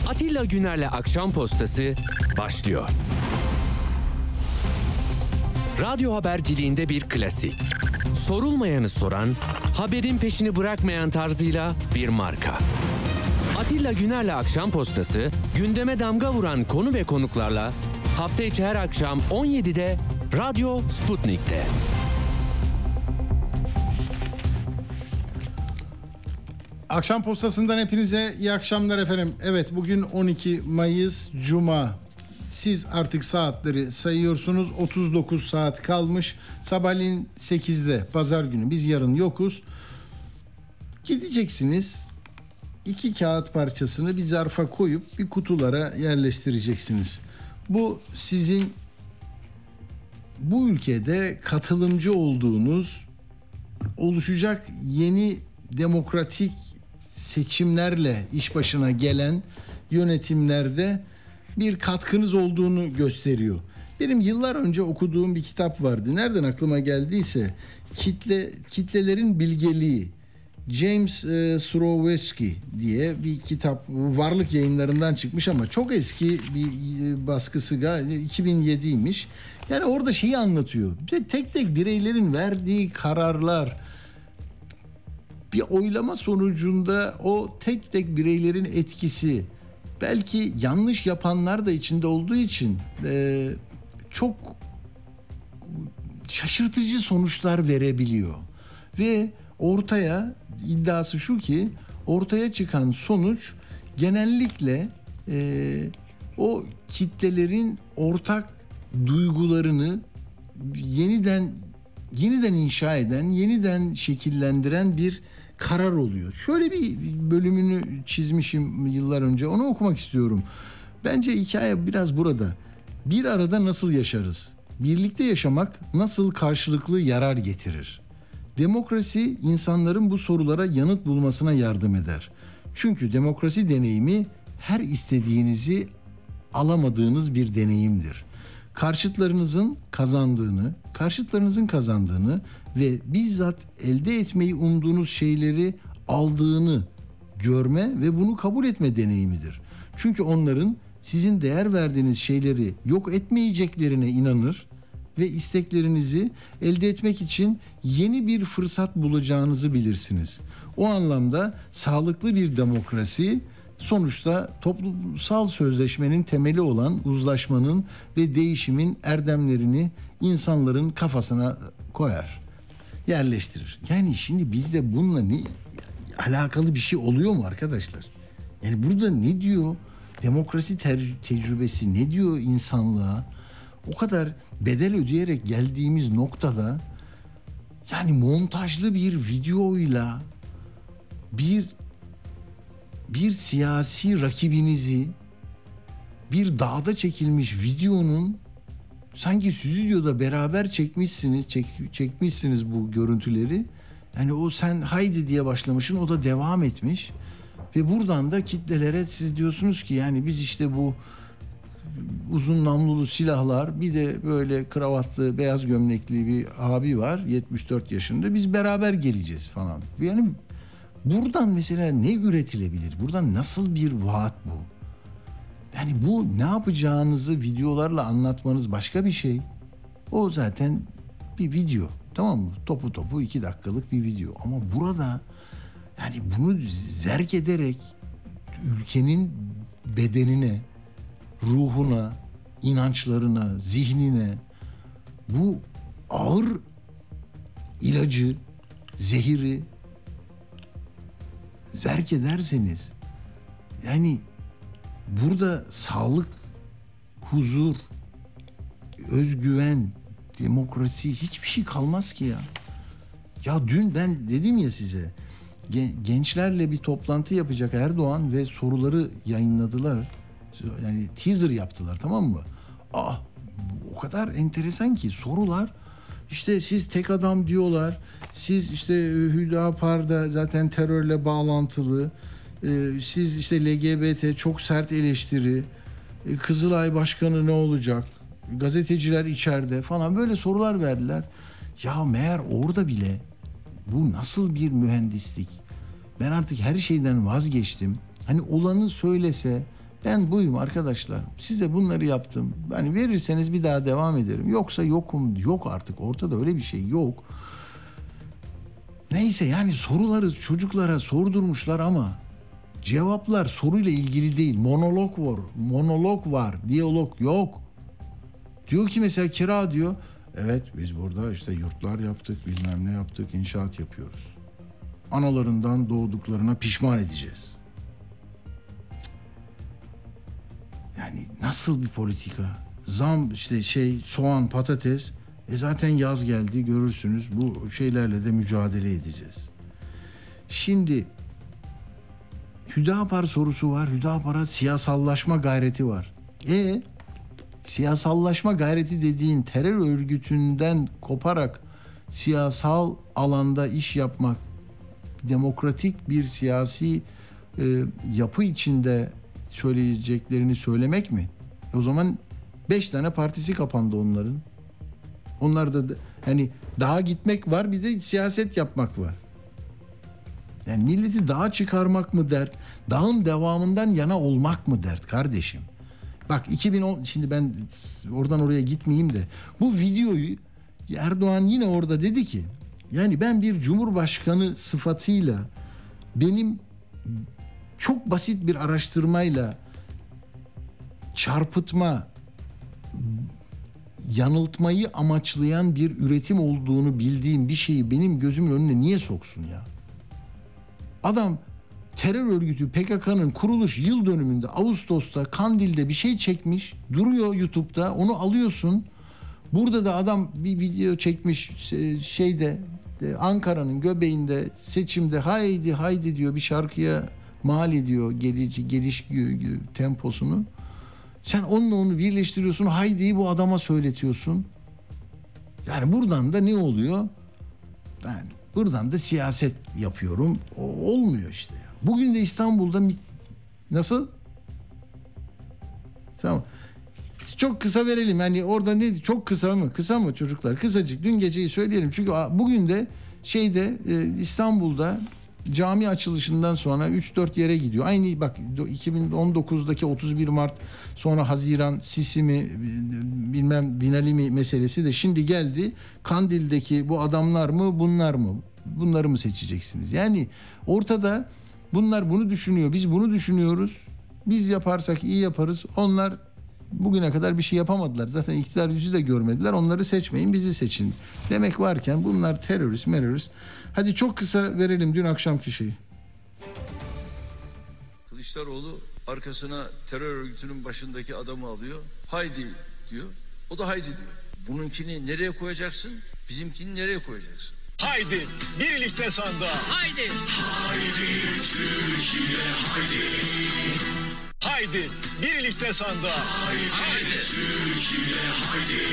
Atilla Güner'le Akşam Postası başlıyor. Radyo haberciliğinde bir klasik. Sorulmayanı soran, haberin peşini bırakmayan tarzıyla bir marka. Atilla Güner'le Akşam Postası, gündeme damga vuran konu ve konuklarla hafta içi her akşam 17'de Radyo Sputnik'te. Akşam postasından hepinize iyi akşamlar efendim. Evet, bugün 12 Mayıs Cuma. Siz artık saatleri sayıyorsunuz. 39 saat kalmış. Sabahleyin 8'de pazar günü. Biz yarın yokuz. Gideceksiniz. 2 kağıt parçasını bir zarfa koyup bir kutulara yerleştireceksiniz. Bu sizin bu ülkede katılımcı olduğunuz, oluşacak yeni demokratik seçimlerle iş başına gelen yönetimlerde bir katkınız olduğunu gösteriyor. Benim yıllar önce okuduğum bir kitap vardı. Nereden aklıma geldiyse kitlelerin bilgeliği. James Surowiecki diye bir kitap, Varlık Yayınlarından çıkmış ama çok eski bir baskısı, galiba 2007'ymiş. Yani orada şeyi anlatıyor. Tek tek bireylerin verdiği kararlar, bir oylama sonucunda o tek tek bireylerin etkisi, belki yanlış yapanlar da içinde olduğu için çok şaşırtıcı sonuçlar verebiliyor. Ve ortaya, iddiası şu ki, ortaya çıkan sonuç genellikle o kitlelerin ortak duygularını yeniden inşa eden, yeniden şekillendiren bir karar oluyor. Şöyle bir bölümünü çizmişim yıllar önce. Onu okumak istiyorum. Bence hikaye biraz burada. Bir arada nasıl yaşarız? Birlikte yaşamak nasıl karşılıklı yarar getirir? Demokrasi insanların bu sorulara yanıt bulmasına yardım eder. Çünkü demokrasi deneyimi her istediğinizi alamadığınız bir deneyimdir. Karşıtlarınızın kazandığını ve bizzat elde etmeyi umduğunuz şeyleri aldığını görme ve bunu kabul etme deneyimidir. Çünkü onların sizin değer verdiğiniz şeyleri yok etmeyeceklerine inanır ve isteklerinizi elde etmek için yeni bir fırsat bulacağınızı bilirsiniz. O anlamda sağlıklı bir demokrasi sonuçta toplumsal sözleşmenin temeli olan uzlaşmanın ve değişimin erdemlerini insanların kafasına koyar, yerleştirir. Yani şimdi bizde bununla ne alakalı bir şey oluyor mu arkadaşlar? Yani burada ne diyor demokrasi tecrübesi, ne diyor insanlığa? O kadar bedel ödeyerek geldiğimiz noktada, yani montajlı bir videoyla bir siyasi rakibinizi, bir dağda çekilmiş videonun sanki stüdyoda beraber çekmişsiniz bu görüntüleri. Yani o, sen haydi diye başlamışsın, o da devam etmiş ve buradan da kitlelere siz diyorsunuz ki yani biz işte bu uzun namlulu silahlar, bir de böyle kravatlı beyaz gömlekli bir abi var 74 yaşında, biz beraber geleceğiz falan. Yani buradan mesela ne üretilebilir? Buradan nasıl bir vaat bu? Yani bu ne yapacağınızı videolarla anlatmanız başka bir şey. O zaten bir video, tamam mı? Topu 2 dakikalık bir video. Ama burada yani bunu zerk ederek ülkenin bedenine, ruhuna, inançlarına, zihnine bu ağır ilacı, zehiri zerk ederseniz, yani burada sağlık, huzur, özgüven, demokrasi, hiçbir şey kalmaz ki ya. Ya dün ben dedim ya size, gençlerle bir toplantı yapacak Erdoğan ve soruları yayınladılar. Yani teaser yaptılar, tamam mı? O kadar enteresan ki sorular. İşte siz tek adam diyorlar. Siz işte Hüdapar'da zaten terörle bağlantılı. Siz işte LGBT çok sert eleştiri. Kızılay Başkanı ne olacak? Gazeteciler içeride falan, böyle sorular verdiler. Ya meğer orada bile bu nasıl bir mühendislik? Ben artık her şeyden vazgeçtim. Hani olanı söylese Ben buyum arkadaşlar. Size bunları yaptım. Hani verirseniz bir daha devam ederim. Yoksa yokum. Yok artık. Ortada öyle bir şey yok. Neyse yani soruları çocuklara sordurmuşlar ama cevaplar soruyla ilgili değil. Monolog var. Monolog var. Diyalog yok. Diyor ki mesela kira diyor. Evet biz burada işte yurtlar yaptık, bilmem ne yaptık, inşaat yapıyoruz. Analarından doğduklarına pişman edeceğiz. Yani nasıl bir politika? Zam işte soğan, patates. Zaten yaz geldi görürsünüz. Bu şeylerle de mücadele edeceğiz. Şimdi Hüdapar sorusu var. Hüdapar'a siyasallaşma gayreti var. Siyasallaşma gayreti dediğin terör örgütünden koparak siyasal alanda iş yapmak, demokratik bir siyasi yapı içinde söyleyeceklerini söylemek mi? O zaman 5 tane partisi kapandı onların. Onlar da hani dağa gitmek var, bir de siyaset yapmak var. Yani milleti dağa çıkarmak mı dert, dağın devamından yana olmak mı dert kardeşim? Bak 2010, şimdi ben oradan oraya gitmeyeyim de bu videoyu Erdoğan yine orada dedi ki yani ben bir cumhurbaşkanı sıfatıyla benim çok basit bir araştırmayla çarpıtma, yanıltmayı amaçlayan bir üretim olduğunu bildiğim bir şeyi benim gözümün önüne niye soksun ya? Adam terör örgütü PKK'nın kuruluş yıl dönümünde Ağustos'ta Kandil'de bir şey çekmiş, duruyor YouTube'da, onu alıyorsun. Burada da adam bir video çekmiş Ankara'nın göbeğinde seçimde haydi haydi diyor, bir şarkıya mal ediyor geliş temposunu. Sen onunla onu birleştiriyorsun, haydi'yi bu adama söyletiyorsun. Yani buradan da ne oluyor? Ben buradan da siyaset yapıyorum. Olmuyor işte ya. Bugün de İstanbul'da nasıl? Tamam. Çok kısa verelim. Yani orada ne, çok kısa mı? Kısa mı çocuklar? Kısacık dün geceyi söyleyelim. Çünkü bugün de İstanbul'da cami açılışından sonra 3-4 yere gidiyor. Aynı bak 2019'daki 31 Mart sonra Haziran Sisi mi bilmem Binali mi meselesi de şimdi geldi. Kandil'deki bu adamlar mı bunlar mı? Bunları mı seçeceksiniz? Yani ortada bunlar bunu düşünüyor. Biz bunu düşünüyoruz. Biz yaparsak iyi yaparız. Onlar bugüne kadar bir şey yapamadılar. Zaten iktidar yüzü de görmediler. Onları seçmeyin, bizi seçin demek varken bunlar terörist. Hadi çok kısa verelim dün akşamki şeyi. Kılıçdaroğlu arkasına terör örgütünün başındaki adamı alıyor. Haydi diyor. O da haydi diyor. Bununkini nereye koyacaksın? Bizimkini nereye koyacaksın? Haydi birlikte sandığa. Haydi. Haydi Türkiye haydi. Haydi birlikte sandığa. Haydi Türkiye haydi.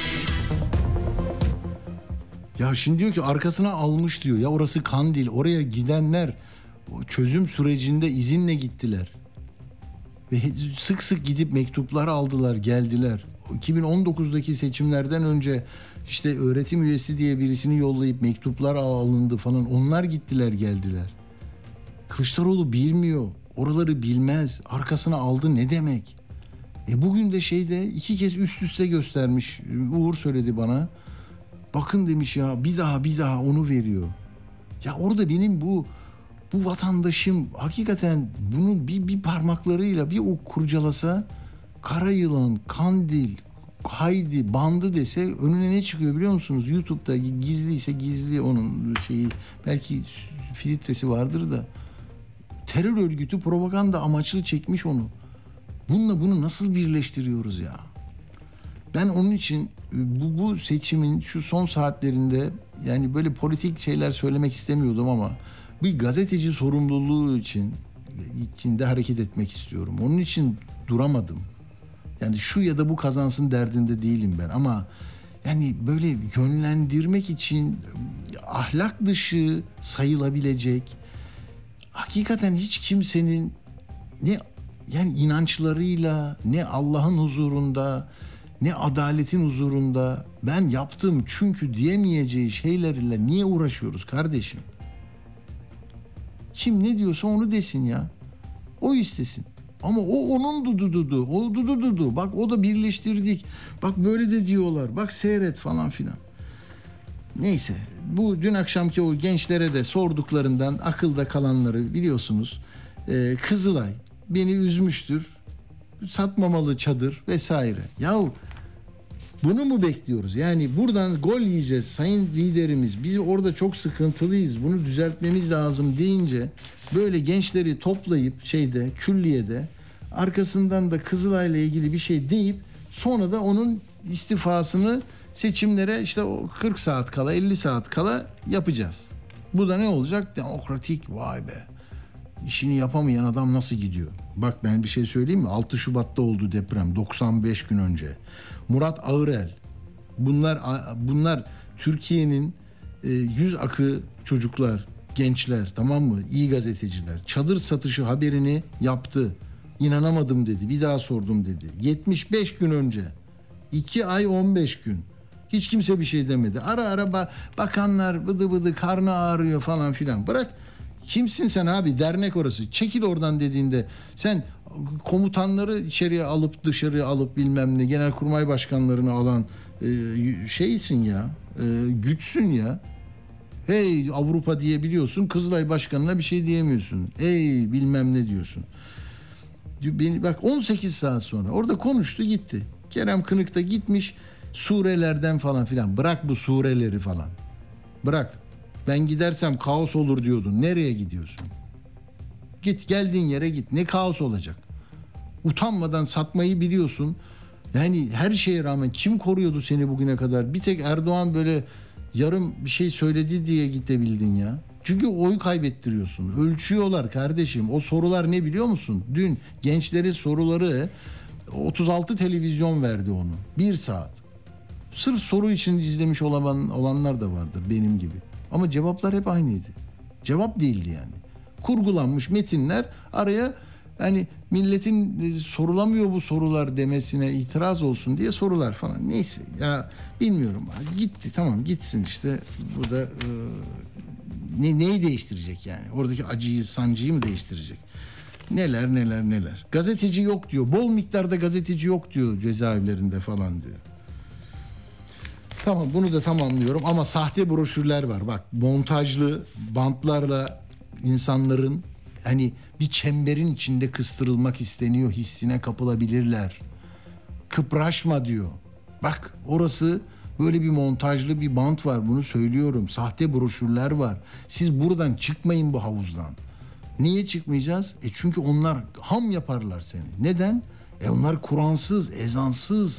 Ya şimdi diyor ki arkasına almış diyor. Ya orası Kandil. Oraya gidenler o çözüm sürecinde izinle gittiler. Ve sık sık gidip mektuplar aldılar, geldiler. 2019'daki seçimlerden önce işte öğretim üyesi diye birisini yollayıp mektuplar alındı falan. Onlar gittiler, geldiler. Kılıçdaroğlu bilmiyor. Oraları bilmez. Arkasına aldı ne demek? Bugün de 2 kez üst üste göstermiş. Uğur söyledi bana. Bakın demiş ya bir daha onu veriyor. Ya orada benim bu vatandaşım hakikaten bunun bir parmaklarıyla bir o kurcalasa, Karayılan, Kandil, haydi bandı dese önüne ne çıkıyor biliyor musunuz? YouTube'da gizliyse gizli onun belki filtresi vardır da terör örgütü propaganda amaçlı çekmiş onu. Bununla bunu nasıl birleştiriyoruz ya? Ben onun için bu seçimin şu son saatlerinde yani böyle politik şeyler söylemek istemiyordum ama bir gazeteci sorumluluğu içinde hareket etmek istiyorum. Onun için duramadım. Yani şu ya da bu kazansın derdinde değilim ben ama yani böyle yönlendirmek için ahlak dışı sayılabilecek hakikaten hiç kimsenin ne yani inançlarıyla ne Allah'ın huzurunda ne adaletin huzurunda ben yaptım çünkü diyemeyeceği şeylerle niye uğraşıyoruz kardeşim? Kim ne diyorsa onu desin ya. O istesin. Ama o onun dudu. O dudu. Bak o da birleştirdik. Bak böyle de diyorlar. Bak seyret falan filan. Neyse. Bu dün akşamki o gençlere de sorduklarından akılda kalanları biliyorsunuz. Kızılay beni üzmüştür. Satmamalı çadır vesaire. Yahu bunu mu bekliyoruz? Yani buradan gol yiyeceğiz sayın liderimiz. Biz orada çok sıkıntılıyız. Bunu düzeltmemiz lazım deyince böyle gençleri toplayıp külliyede arkasından da Kızılay'la ilgili bir şey deyip sonra da onun istifasını seçimlere işte o 40 saat kala 50 saat kala yapacağız. Bu da ne olacak? Demokratik, vay be. İşini yapamayan adam nasıl gidiyor? Bak ben bir şey söyleyeyim mi? 6 Şubat'ta oldu deprem 95 gün önce. Murat Ağırel. Bunlar Türkiye'nin yüz akı çocuklar, gençler, tamam mı? İyi gazeteciler. Çadır satışı haberini yaptı. İnanamadım dedi. Bir daha sordum dedi. 75 gün önce. 2 ay 15 gün. Hiç kimse bir şey demedi. Ara ara bakanlar bıdı karnı ağrıyor falan filan. Bırak. Kimsin sen abi? Dernek orası. Çekil oradan dediğinde sen komutanları içeriye alıp dışarıya alıp bilmem ne genelkurmay başkanlarını alan şeysin ya. Güçsün ya. Hey Avrupa diyebiliyorsun. Kızılay Başkanı'na bir şey diyemiyorsun. Hey bilmem ne diyorsun. Bak 18 saat sonra orada konuştu gitti. Kerem Kınık da gitmiş surelerden falan filan. Bırak bu sureleri falan. Bırak. Ben gidersem kaos olur diyordun. Nereye gidiyorsun? Git geldiğin yere git. Ne kaos olacak? Utanmadan satmayı biliyorsun. Yani her şeye rağmen kim koruyordu seni bugüne kadar? Bir tek Erdoğan böyle yarım bir şey söyledi diye gidebildin ya. Çünkü oy kaybettiriyorsun. Ölçüyorlar kardeşim. O sorular ne biliyor musun? Dün gençlerin soruları 36 televizyon verdi onu. 1 saat. Sırf soru için izlemiş olanlar da vardır benim gibi. Ama cevaplar hep aynıydı. Cevap değildi yani. Kurgulanmış metinler araya hani milletin sorulamıyor bu sorular demesine itiraz olsun diye sorular falan. Neyse ya bilmiyorum. Gitti tamam gitsin işte. Bu da neyi değiştirecek yani? Oradaki acıyı sancıyı mı değiştirecek? Neler. Gazeteci yok diyor. Bol miktarda gazeteci yok diyor cezaevlerinde falan diyor. Tamam bunu da tamamlıyorum ama sahte broşürler var. Bak montajlı bantlarla insanların hani bir çemberin içinde kıstırılmak isteniyor hissine kapılabilirler. Kıpraşma diyor. Bak orası böyle bir montajlı bir bant var bunu söylüyorum. Sahte broşürler var. Siz buradan çıkmayın bu havuzdan. Niye çıkmayacağız? Çünkü onlar ham yaparlar seni. Neden? Onlar Kur'ansız, ezansız.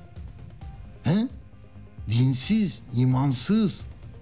He? Dinsiz, imansız.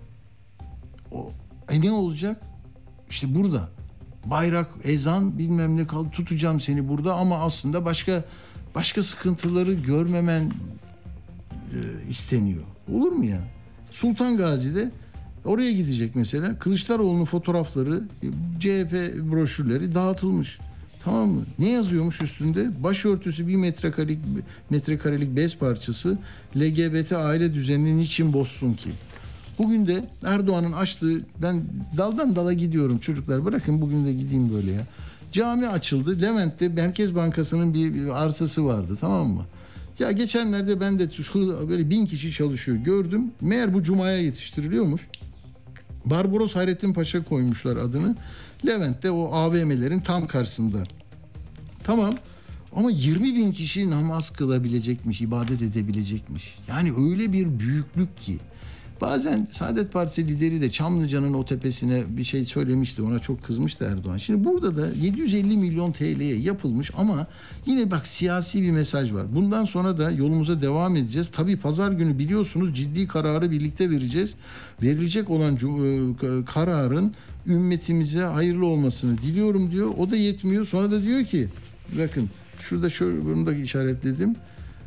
Ne olacak? İşte burada. Bayrak, ezan bilmem ne kaldı tutacağım seni burada ama aslında başka sıkıntıları görmemen isteniyor. Olur mu ya? Sultan Gazi'de oraya gidecek mesela. Kılıçdaroğlu'nun fotoğrafları, CHP broşürleri dağıtılmış. Tamam mı? Ne yazıyormuş üstünde? Başörtüsü 1 metrekarelik bez parçası LGBT aile düzenini niçin bozsun ki? Bugün de Erdoğan'ın açtığı, ben daldan dala gidiyorum çocuklar, bırakın bugün de gideyim böyle ya. Cami açıldı. Levent'te Merkez Bankası'nın bir arsası vardı, tamam mı? Ya geçenlerde ben de böyle 1000 kişi çalışıyor gördüm. Meğer bu cumaya yetiştiriliyormuş. Barbaros Hayrettin Paşa koymuşlar adını. Levent'te o AVM'lerin tam karşısında. Tamam ama 20.000 kişi namaz kılabilecekmiş, ibadet edebilecekmiş. Yani öyle bir büyüklük ki. Bazen Saadet Partisi lideri de Çamlıca'nın o tepesine bir şey söylemişti. Ona çok kızmıştı Erdoğan. Şimdi burada da 750 milyon TL'ye yapılmış ama yine bak siyasi bir mesaj var. Bundan sonra da yolumuza devam edeceğiz. Tabii pazar günü biliyorsunuz ciddi kararı birlikte vereceğiz. Verilecek olan kararın ümmetimize hayırlı olmasını diliyorum diyor. O da yetmiyor. Sonra da diyor ki bakın şurada bunu da işaretledim.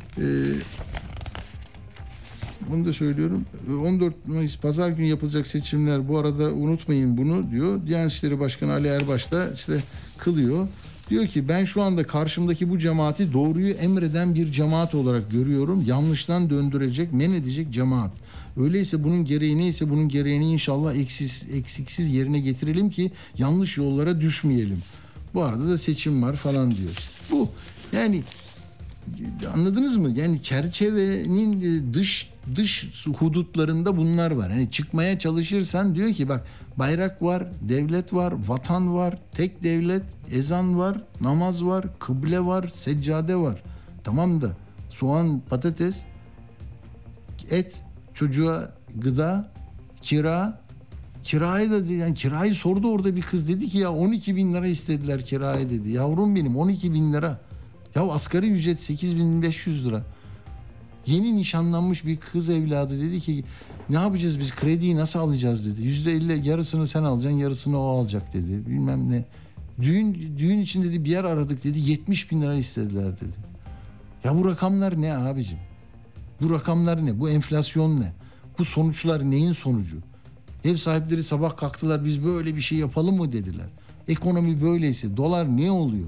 Onu da söylüyorum. 14 Mayıs pazar günü yapılacak seçimler, bu arada unutmayın bunu diyor. Diyanet İşleri Başkanı Ali Erbaş da işte kılıyor. Diyor ki ben şu anda karşımdaki bu cemaati doğruyu emreden bir cemaat olarak görüyorum. Yanlıştan döndürecek, men edecek cemaat. Öyleyse bunun gereği neyse bunun gereğini inşallah eksiksiz yerine getirelim ki yanlış yollara düşmeyelim. Bu arada da seçim var falan diyor işte. Bu. Yani anladınız mı? Yani çerçevenin dış hudutlarında bunlar var. Hani çıkmaya çalışırsan diyor ki bak, bayrak var, devlet var, vatan var, tek devlet, ezan var, namaz var, kıble var, seccade var. Tamam da soğan, patates, et, çocuğa gıda, kirayı da, yani kirayı sordu orada bir kız, dedi ki ya 12 bin lira istediler kirayı dedi. Yavrum benim, 12 bin lira. Ya asgari ücret 8.500 lira. Yeni nişanlanmış bir kız evladı dedi ki ne yapacağız biz, krediyi nasıl alacağız dedi. %50 yarısını sen alacaksın, yarısını o alacak dedi. Bilmem ne. Düğün için dedi bir yer aradık dedi, 70 bin lira istediler dedi. Ya bu rakamlar ne abicim? Bu rakamlar ne? Bu enflasyon ne? Bu sonuçlar neyin sonucu? Ev sahipleri sabah kalktılar, biz böyle bir şey yapalım mı dediler. Ekonomi böyleyse dolar ne oluyor?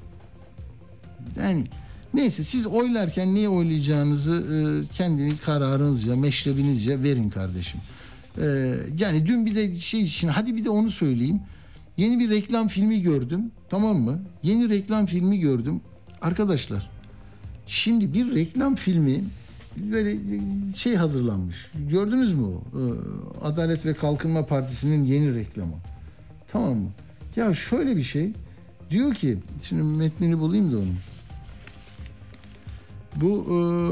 Yani neyse, siz oylarken neye oylayacağınızı kendini kararınızca, meşrebinizce verin kardeşim. Yani dün bir de şey için, hadi bir de onu söyleyeyim. Yeni bir reklam filmi gördüm, tamam mı? Yeni reklam filmi gördüm. Arkadaşlar, şimdi bir reklam filmi böyle şey hazırlanmış. Gördünüz mü o? Adalet ve Kalkınma Partisi'nin yeni reklamı. Tamam mı? Ya şöyle bir şey. Diyor ki, şimdi metnini bulayım da onu. Bu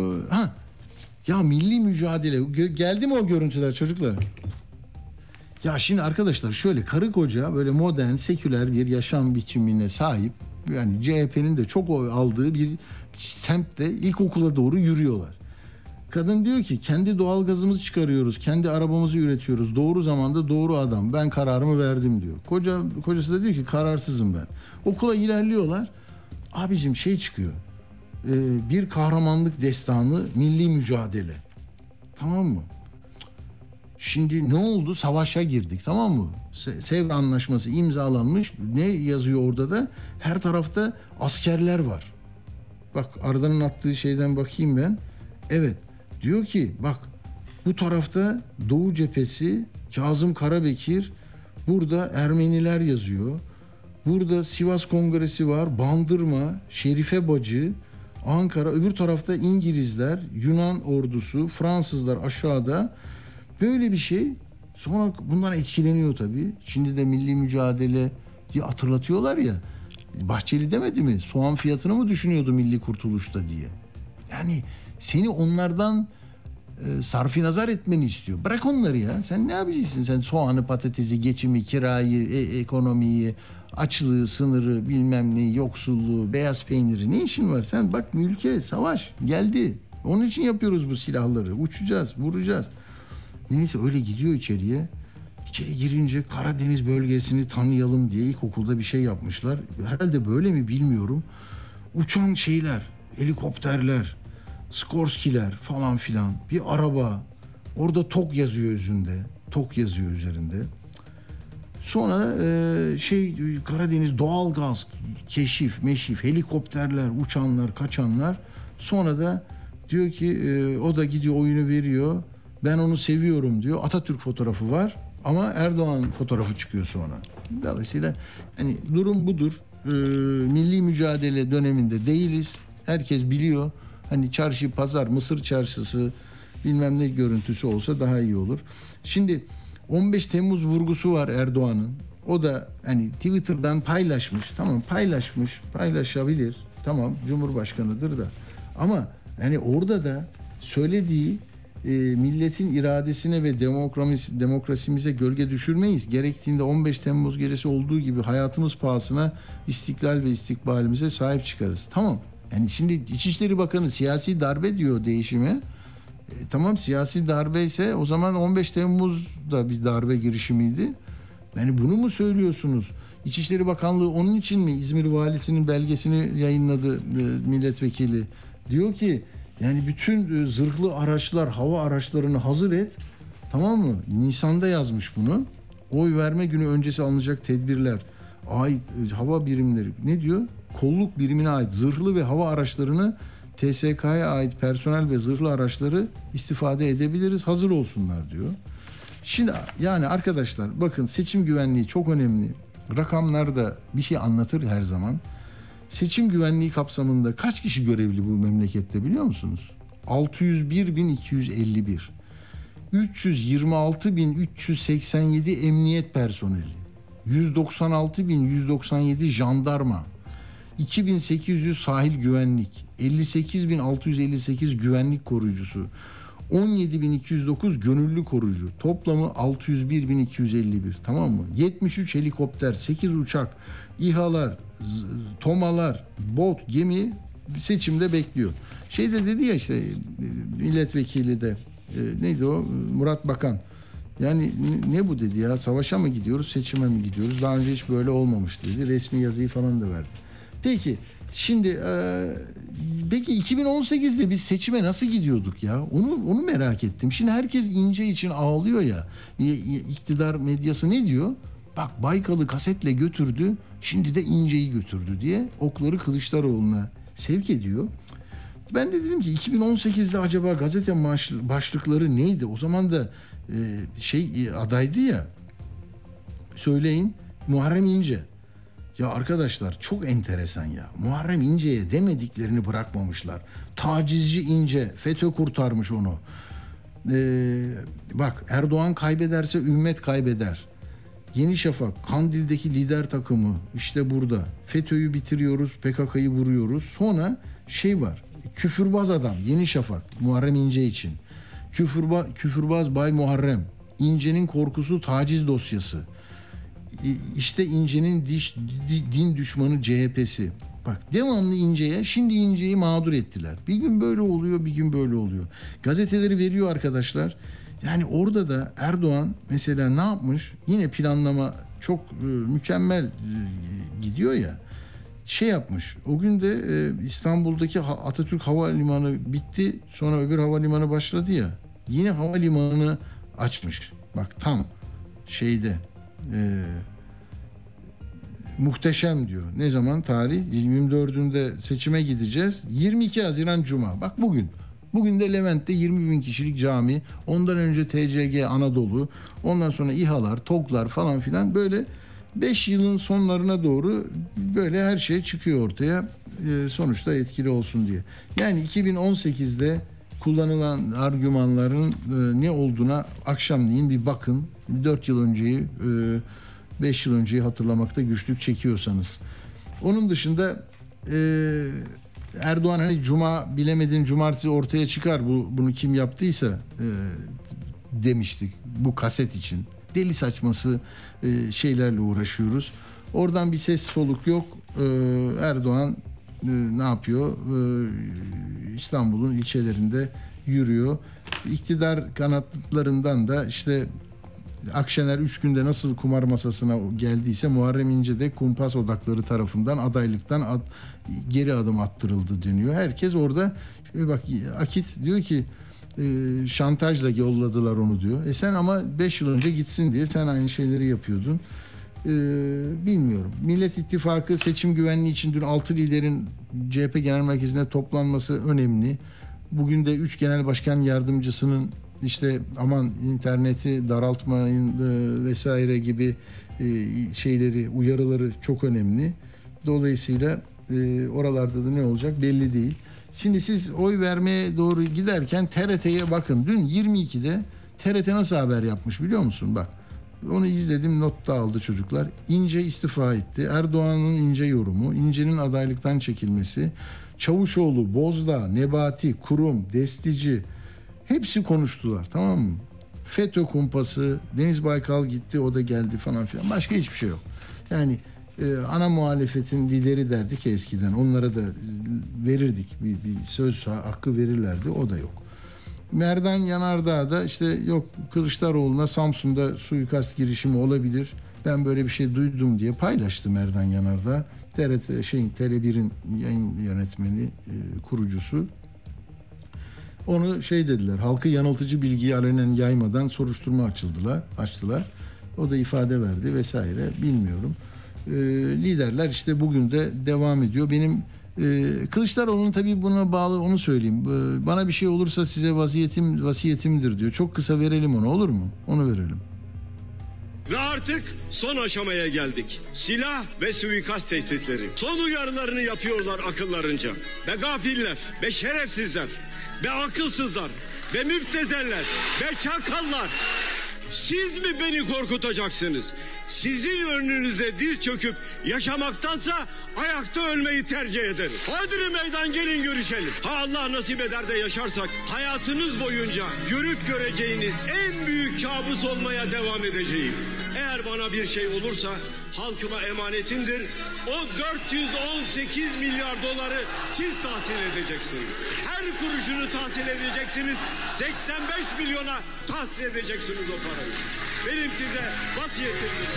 ya milli mücadele, geldi mi o görüntüler çocuklar? Ya şimdi arkadaşlar şöyle, karı koca böyle modern, seküler bir yaşam biçimine sahip, yani CHP'nin de çok oy aldığı bir semtte ilkokula doğru yürüyorlar. Kadın diyor ki kendi doğalgazımızı çıkarıyoruz, kendi arabamızı üretiyoruz, doğru zamanda doğru adam, ben kararımı verdim diyor. Kocası da diyor ki kararsızım ben. Okula ilerliyorlar. Abicim şey çıkıyor. Bir kahramanlık destanı, milli mücadele. Tamam mı? Şimdi ne oldu? Savaşa girdik, tamam mı? Sevr Anlaşması imzalanmış. Ne yazıyor orada da? Her tarafta askerler var. Bak Arda'nın attığı şeyden bakayım ben. Evet. Diyor ki bak, bu tarafta Doğu Cephesi, Kazım Karabekir, burada Ermeniler yazıyor. Burada Sivas Kongresi var, Bandırma, Şerife Bacı, Ankara, öbür tarafta İngilizler, Yunan ordusu, Fransızlar aşağıda. Böyle bir şey. Sonra bundan etkileniyor tabii. Şimdi de milli mücadeleyi hatırlatıyorlar ya. Bahçeli demedi mi? Soğan fiyatını mı düşünüyordu Milli Kurtuluş'ta diye. Yani seni onlardan sarfinazar etmeni istiyor. Bırak onları ya. Sen ne yapacaksın? Sen soğanı, patatesi, geçimi, kirayı, ekonomiyi, açlığı, sınırı, bilmem neyi, yoksulluğu, beyaz peyniri, ne işin var? Sen bak, ülke savaş geldi. Onun için yapıyoruz bu silahları. Uçacağız, vuracağız. Neyse öyle gidiyor içeriye. İçeri girince Karadeniz bölgesini tanıyalım diye ilkokulda bir şey yapmışlar. Herhalde böyle mi bilmiyorum. Uçan şeyler, helikopterler, Skorskiler falan filan. Bir araba. Orada TOK yazıyor yüzünde. TOK yazıyor üzerinde. Sonra Karadeniz doğalgaz, keşif, meşif, helikopterler, uçanlar, kaçanlar. Sonra da diyor ki o da gidiyor oyunu veriyor. Ben onu seviyorum diyor. Atatürk fotoğrafı var ama Erdoğan fotoğrafı çıkıyor sonra. Dolayısıyla hani durum budur. Milli mücadele döneminde değiliz. Herkes biliyor. Hani çarşı, pazar, Mısır çarşısı bilmem ne görüntüsü olsa daha iyi olur. Şimdi 15 Temmuz vurgusu var Erdoğan'ın. O da hani Twitter'dan paylaşmış. Tamam, paylaşabilir. Tamam, Cumhurbaşkanıdır da. Ama hani orada da söylediği milletin iradesine ve demokrasimize gölge düşürmeyiz. Gerektiğinde 15 Temmuz gecesi olduğu gibi hayatımız pahasına istiklal ve istikbalimize sahip çıkarız. Tamam. Yani şimdi İçişleri Bakanı siyasi darbe diyor değişime. Tamam, siyasi darbe ise o zaman 15 Temmuz da bir darbe girişimiydi. Yani bunu mu söylüyorsunuz? İçişleri Bakanlığı onun için mi İzmir Valisi'nin belgesini yayınladı milletvekili? Diyor ki yani bütün zırhlı araçlar, hava araçlarını hazır et. Tamam mı? Nisan'da yazmış bunu. Oy verme günü öncesi alınacak tedbirler. Ait hava birimleri ne diyor? Kolluk birimine ait zırhlı ve hava araçlarını, TSK'ya ait personel ve zırhlı araçları istifade edebiliriz. Hazır olsunlar diyor. Şimdi yani arkadaşlar bakın, seçim güvenliği çok önemli. Rakamlar da bir şey anlatır her zaman. Seçim güvenliği kapsamında kaç kişi görevli bu memlekette biliyor musunuz? 601.251. 326.387 emniyet personeli. 196.197 jandarma. 2800 sahil güvenlik. 58.658 güvenlik koruyucusu. 17.209 gönüllü korucu. Toplamı 601.251. Tamam mı? 73 helikopter, 8 uçak, İHA'lar, TOMA'lar, bot, gemi seçimde bekliyor. Şeyde dedi ya işte milletvekili de neydi o? Murat Bakan. Yani ne bu dedi ya? Savaşa mı gidiyoruz, seçime mi gidiyoruz? Daha önce hiç böyle olmamış dedi. Resmi yazıyı falan da verdi. Peki şimdi peki 2018'de biz seçime nasıl gidiyorduk ya? Onu merak ettim. Şimdi herkes İnce için ağlıyor ya. İktidar medyası ne diyor? Bak Baykal'ı kasetle götürdü, şimdi de İnce'yi götürdü diye okları Kılıçdaroğlu'na sevk ediyor. Ben de dedim ki 2018'de acaba gazete başlıkları neydi? O zaman da adaydı ya. Söyleyin, Muharrem İnce. Ya arkadaşlar çok enteresan ya. Muharrem İnce'ye demediklerini bırakmamışlar. Tacizci İnce, FETÖ kurtarmış onu. Bak Erdoğan kaybederse ümmet kaybeder. Yeni Şafak, Kandil'deki lider takımı işte burada. FETÖ'yü bitiriyoruz, PKK'yı vuruyoruz. Sonra var, küfürbaz adam Yeni Şafak, Muharrem İnce için. Küfürbaz Bay Muharrem, İnce'nin korkusu taciz dosyası. İşte İnce'nin din düşmanı CHP'si. Bak devamlı İnce'ye, şimdi İnce'yi mağdur ettiler. Bir gün böyle oluyor, bir gün böyle oluyor. Gazeteleri veriyor arkadaşlar. Yani orada da Erdoğan mesela ne yapmış? Yine planlama çok mükemmel gidiyor ya. Yapmış. O gün de İstanbul'daki Atatürk Havalimanı bitti. Sonra öbür havalimanı başladı ya. Yine havalimanını açmış. Bak tam muhteşem diyor. Ne zaman tarih? 24'ünde seçime gideceğiz. 22 Haziran Cuma. Bak bugün. Bugün de Levent'te 20.000 kişilik cami. Ondan önce TCG Anadolu. Ondan sonra İHA'lar, TOG'lar falan filan. Böyle 5 yılın sonlarına doğru böyle her şey çıkıyor ortaya. Sonuçta etkili olsun diye. Yani 2018'de kullanılan argümanların ne olduğuna akşamleyin bir bakın. 4 yıl önceyi, 5 yıl önceyi hatırlamakta güçlük çekiyorsanız. Onun dışında Erdoğan hani bilemedin cumartesi ortaya çıkar bunu kim yaptıysa demiştik bu kaset için. Deli saçması şeylerle uğraşıyoruz. Oradan bir ses soluk yok. Erdoğan ne yapıyor? İstanbul'un ilçelerinde yürüyor. İktidar kanatlarından da işte Akşener 3 günde nasıl kumar masasına geldiyse Muharrem İnce de kumpas odakları tarafından adaylıktan geri adım attırıldı deniyor. Herkes orada bak Akit diyor ki şantajla yolladılar onu diyor. Sen ama 5 yıl önce gitsin diye sen aynı şeyleri yapıyordun. Bilmiyorum. Millet İttifakı seçim güvenliği için dün 6 liderin CHP Genel Merkezi'nde toplanması önemli. Bugün de 3 genel başkan yardımcısının işte aman interneti daraltmayın vesaire gibi uyarıları çok önemli. Dolayısıyla oralarda da ne olacak belli değil. Şimdi siz oy vermeye doğru giderken TRT'ye bakın. Dün 22'de TRT nasıl haber yapmış biliyor musun? Bak onu izledim, not da aldı çocuklar. İnce istifa etti. Erdoğan'ın İnce yorumu, İnce'nin adaylıktan çekilmesi, Çavuşoğlu, Bozdağ, Nebati, Kurum, Destici hepsi konuştular, tamam mı? FETÖ kumpası, Deniz Baykal gitti, o da geldi falan filan. Başka hiçbir şey yok. Yani ana muhalefetin lideri derdik ya eskiden. Onlara da verirdik. Bir söz hakkı verirlerdi. O da yok. Merdan Yanardağ'da işte yok Kılıçdaroğlu'na Samsun'da suikast girişimi olabilir. Ben böyle bir şey duydum diye paylaştı Merdan Yanardağ. Tele1'in yayın yönetmeni, kurucusu. Onu dediler. Halkı yanıltıcı bilgiyi alenen yaymadan soruşturma açtılar. O da ifade verdi vesaire. Bilmiyorum. Liderler işte bugün de devam ediyor. Benim Kılıçdaroğlu'nun tabii buna bağlı onu söyleyeyim. Bana bir şey olursa size vasiyetimdir diyor. Çok kısa verelim onu, olur mu? Onu verelim. Ve artık son aşamaya geldik. Silah ve suikast tehditleri. Son uyarılarını yapıyorlar akıllarınca. Ve gafiller, ve şerefsizler, ve akılsızlar, ve müptezeller, ve çakallar. Siz mi beni korkutacaksınız? Sizin önünüze diz çöküp yaşamaktansa ayakta ölmeyi tercih ederim. Hadi meydan gelin görüşelim. Ha Allah nasip eder de yaşarsak hayatınız boyunca görüp göreceğiniz en büyük kabus olmaya devam edeceğim. Eğer bana bir şey olursa halkıma emanetimdir. O 418 milyar doları siz tahsil edeceksiniz. Her kuruşunu tahsil edeceksiniz. 85 milyona tahsil edeceksiniz o parayı. Benim size vasiyetim.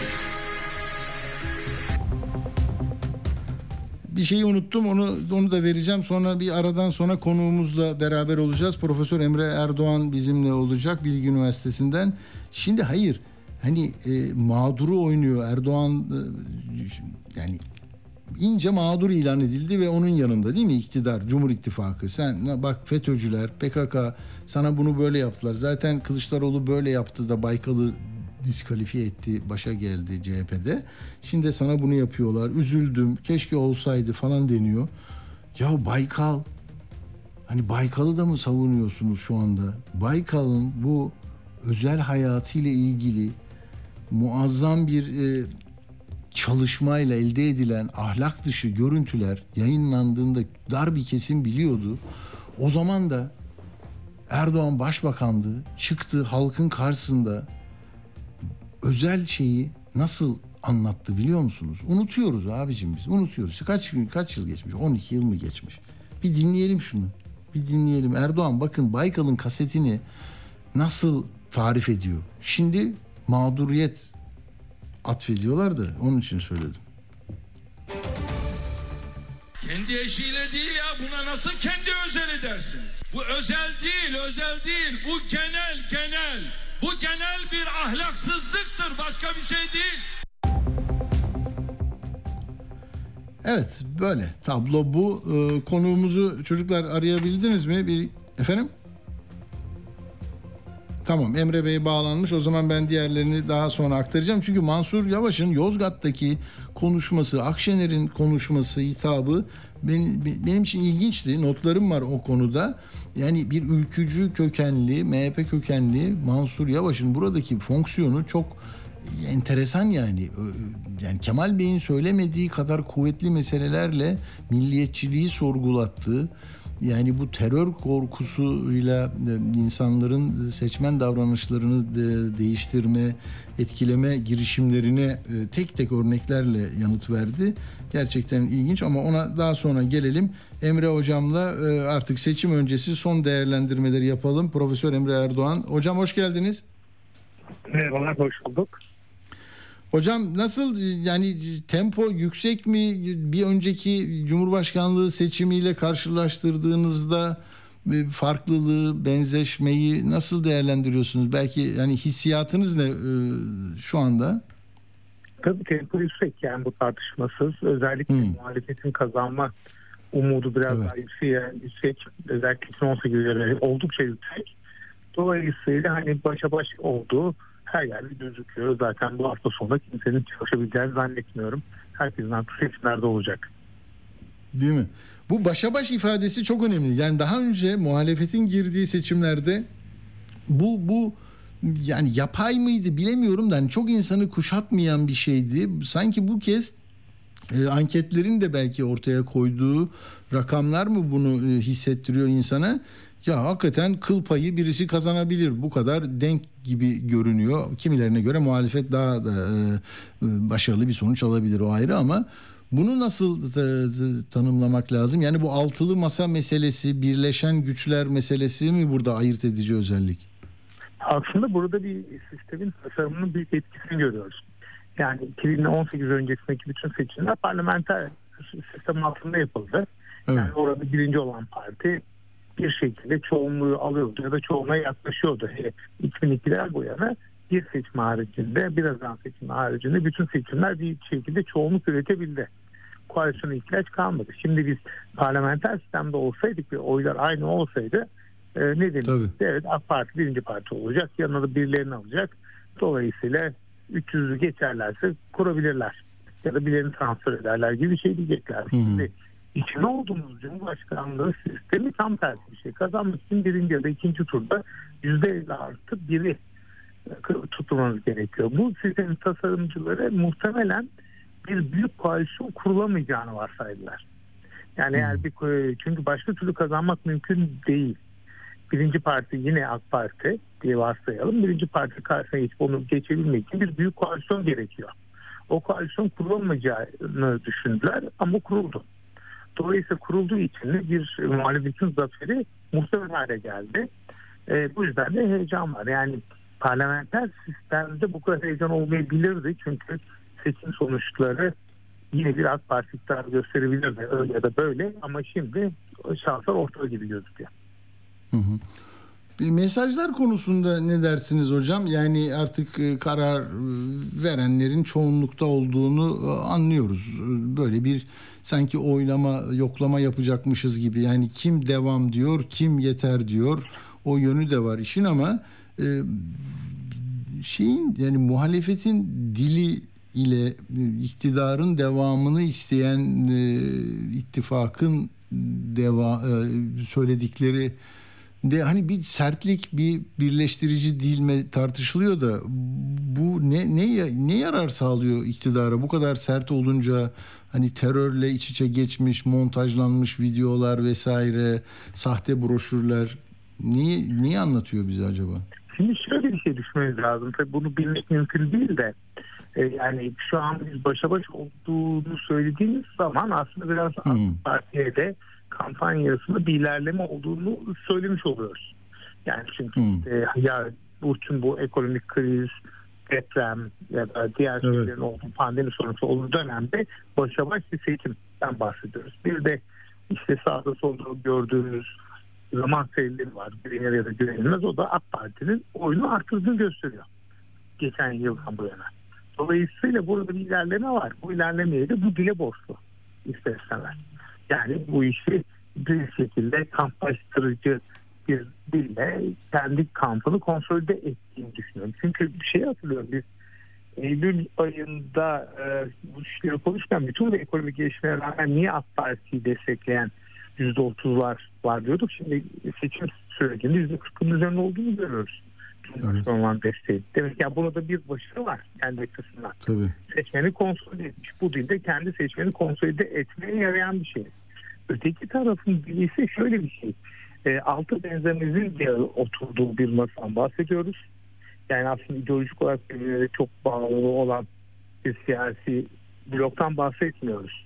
Bir şeyi unuttum, onu da vereceğim. Sonra bir aradan sonra konuğumuzla beraber olacağız. Profesör Emre Erdoğan bizimle olacak Bilgi Üniversitesi'nden. Şimdi hayır, hani mağduru oynuyor Erdoğan, yani ince mağdur ilan edildi ve onun yanında değil mi iktidar, Cumhur İttifakı. Sen bak FETÖ'cüler, PKK sana bunu böyle yaptılar. Zaten Kılıçdaroğlu böyle yaptı da Baykal'ı diskalifiye etti, başa geldi CHP'de. Şimdi sana bunu yapıyorlar. Üzüldüm, keşke olsaydı falan deniyor. Ya Baykal, hani Baykal'ı da mı savunuyorsunuz şu anda? Baykal'ın bu özel hayatıyla ilgili muazzam bir çalışmayla elde edilen ahlak dışı görüntüler yayınlandığında dar bir kesim biliyordu. O zaman da Erdoğan başbakandı, çıktı halkın karşısında özel şeyi nasıl anlattı biliyor musunuz? Unutuyoruz abicim biz, unutuyoruz. Kaç yıl geçmiş? 12 yıl mı geçmiş? Bir dinleyelim şunu. Bir dinleyelim. Erdoğan bakın Baykal'ın kasetini nasıl tarif ediyor. Şimdi mağduriyet atfediyorlar da onun için söyledim. Kendi eşiyle değil ya, buna nasıl kendi özel edersin? Bu özel değil, bu genel. Bu genel bir ahlaksızlıktır, başka bir şey değil. Evet, böyle tablo bu. Konuğumuzu çocuklar arayabildiniz mi? Efendim? Tamam, Emre Bey bağlanmış. O zaman ben diğerlerini daha sonra aktaracağım. Çünkü Mansur Yavaş'ın Yozgat'taki konuşması, Akşener'in konuşması, hitabı benim için ilginçti. Notlarım var o konuda. Yani bir ülkücü kökenli, MHP kökenli Mansur Yavaş'ın buradaki fonksiyonu çok enteresan yani. Yani Kemal Bey'in söylemediği kadar kuvvetli meselelerle milliyetçiliği sorgulattı. Yani bu terör korkusuyla insanların seçmen davranışlarını değiştirme, etkileme girişimlerine tek tek örneklerle yanıt verdi. Gerçekten ilginç ama ona daha sonra gelelim. Emre Hocam'la artık seçim öncesi son değerlendirmeleri yapalım. Profesör Emre Erdoğan. Hocam hoş geldiniz. Merhabalar, hoş bulduk. Hocam nasıl, yani tempo yüksek mi? Bir önceki Cumhurbaşkanlığı seçimiyle karşılaştırdığınızda farklılığı, benzeşmeyi nasıl değerlendiriyorsunuz? Belki yani hissiyatınız ne şu anda? Tabii tempo yüksek, yani bu tartışmasız. Özellikle muhalefetin kazanma umudu biraz daha yüksek. Özellikle 2018'e göre oldukça yüksek. Dolayısıyla hani başa baş olduğu her yerde gözüküyor. Zaten bu hafta sonunda kimsenin çalışabileceğini zannetmiyorum. Herkesin artık seçimlerde olacak. Değil mi? Bu başa baş ifadesi çok önemli. Yani daha önce muhalefetin girdiği seçimlerde bu yani yapay mıydı bilemiyorum da hani çok insanı kuşatmayan bir şeydi. Sanki bu kez anketlerin de belki ortaya koyduğu rakamlar mı bunu hissettiriyor insana? Ya hakikaten kıl payı birisi kazanabilir. Bu kadar denk gibi görünüyor. Kimilerine göre muhalefet daha da başarılı bir sonuç alabilir, o ayrı, ama bunu nasıl tanımlamak lazım? Yani bu altılı masa meselesi, birleşen güçler meselesi mi burada ayırt edici özellik? Aslında burada bir sistemin tasarımının büyük etkisini görüyoruz. Yani 2018 öncesindeki bütün seçimler parlamenter sistem altında yapıldı. Evet. Yani orada birinci olan parti bir şekilde çoğunluğu alıyordu ya da çoğunluğa yaklaşıyordu. 2002'den bu yana bir seçim haricinde, biraz daha seçim haricinde bütün seçimler bir şekilde çoğunluk üretebildi. Koalisyona ihtiyaç kalmadı. Şimdi biz parlamenter sistemde olsaydık ve oylar aynı olsaydı ne demek? Evet, AK Parti birinci parti olacak. Yanına da birilerini alacak. Dolayısıyla 300'ü geçerlerse kurabilirler. Ya da birilerini transfer ederler gibi bir şey diyecekler. Şimdi içine olduğumuz Cumhurbaşkanlığı sistemi tam tersi bir şey. Kazanmak için birinci ya da ikinci turda %50+1'i tutmanız gerekiyor. Bu sistemin tasarımcıları muhtemelen bir büyük koalisyon kurulamayacağını varsaydılar. Yani eğer çünkü başka türlü kazanmak mümkün değil. Birinci parti yine AK Parti diye varsayalım. Birinci parti karşısına geçip onu geçebilmek için bir büyük koalisyon gerekiyor. O koalisyon kurulamayacağını düşündüler ama kuruldu. Dolayısıyla kurulduğu için de bir muhalefetin zaferi muhtemel hale geldi. Bu yüzden de heyecan var. Yani parlamenter sistemde bu kadar heyecan olmayabilirdi. Çünkü seçim sonuçları yine bir AK Parti iktidarı gösterebilirdi. Öyle ya da böyle ama şimdi şanslar ortada gibi gözüküyor. Mesajlar konusunda ne dersiniz hocam? Yani artık karar verenlerin çoğunlukta olduğunu anlıyoruz. Böyle bir sanki oylama, yoklama yapacakmışız gibi. Yani kim devam diyor, kim yeter diyor. O yönü de var işin ama yani muhalefetin dili ile iktidarın devamını isteyen ittifakın söyledikleri de hani bir sertlik, bir birleştirici dil mi tartışılıyor da bu ne yarar sağlıyor iktidara? Bu kadar sert olunca hani terörle iç içe geçmiş, montajlanmış videolar vesaire, sahte broşürler niye anlatıyor bize acaba? Şimdi şöyle bir şey düşünmemiz lazım. Tabii bunu bilmek mümkün değil de yani şu an biz başa baş olduğunu söylediğimiz zaman aslında biraz AK Parti'ye de kampanyasında bir ilerleme olduğunu söylemiş oluyoruz. Yani çünkü bütün bu ekonomik kriz, deprem ya da diğer şeylerin olduğu pandemi sonrası olduğu dönemde başa baş bir seçimden bahsediyoruz. Bir de işte sağda solda gördüğümüz zaman seyirleri var. Güvenir ya da güvenilmez. O da AK Parti'nin oyunu arttırdığını gösteriyor. Geçen yıldan bu yana. Dolayısıyla burada bir ilerleme var. Bu ilerlemeye de bu dile borçlu ister istemez. Yani bu işi bir şekilde kamplaştırıcı bir dille kendi kampını konsolide ettiğini düşünüyorum. Çünkü bir şey hatırlıyorum. Biz Eylül ayında bu işleri konuşurken bütün ekonomik gelişmelere rağmen niye AK Parti'yi destekleyen %30'lar var diyorduk. Şimdi seçim sürecinde %40'ın üzerinde olduğunu görüyoruz. Cumhurbaşkanı olan desteği. Demek ki burada bir başarı var kendi açısından. Tabii. Seçmeni konsolide etmiş. Bu dilde kendi seçmeni konsolide etmeye yarayan bir şey. Öteki tarafın dili ise şöyle bir şey. Altı benzemizin de oturduğu bir masadan bahsediyoruz. Yani aslında ideolojik olarak birbirine çok bağlı olan bir siyasi bloktan bahsetmiyoruz.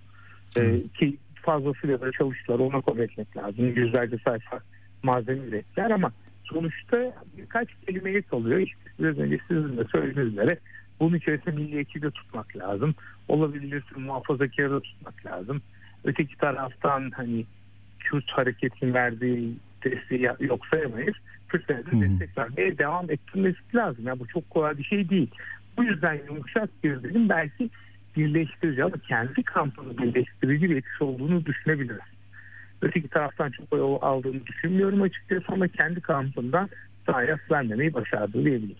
Ki fazlasıyla da çalıştılar. Ona kabul etmek lazım. Yüzlerce sayfa malzeme ürettiler ama sonuçta birkaç kelimeye kalıyor. İşte biraz önce sizin de söylediğiniz üzere bunun içerisinde milliyetçi de tutmak lazım. Olabildiğince muhafazakarı da tutmak lazım. Öteki taraftan hani Kürt hareketin verdiği desteği yok sayamayız. Kürtlere de destek vermeye devam ettirmesi lazım. Yani bu çok kolay bir şey değil. Bu yüzden yumuşak bir dilim belki birleştirici ama kendi kampını birleştirici bir etkisi olduğunu düşünebiliriz. Öteki taraftan çok oy aldığını düşünmüyorum açıkçası ama kendi kampından sahaya vermemeyi başardı diyebiliriz.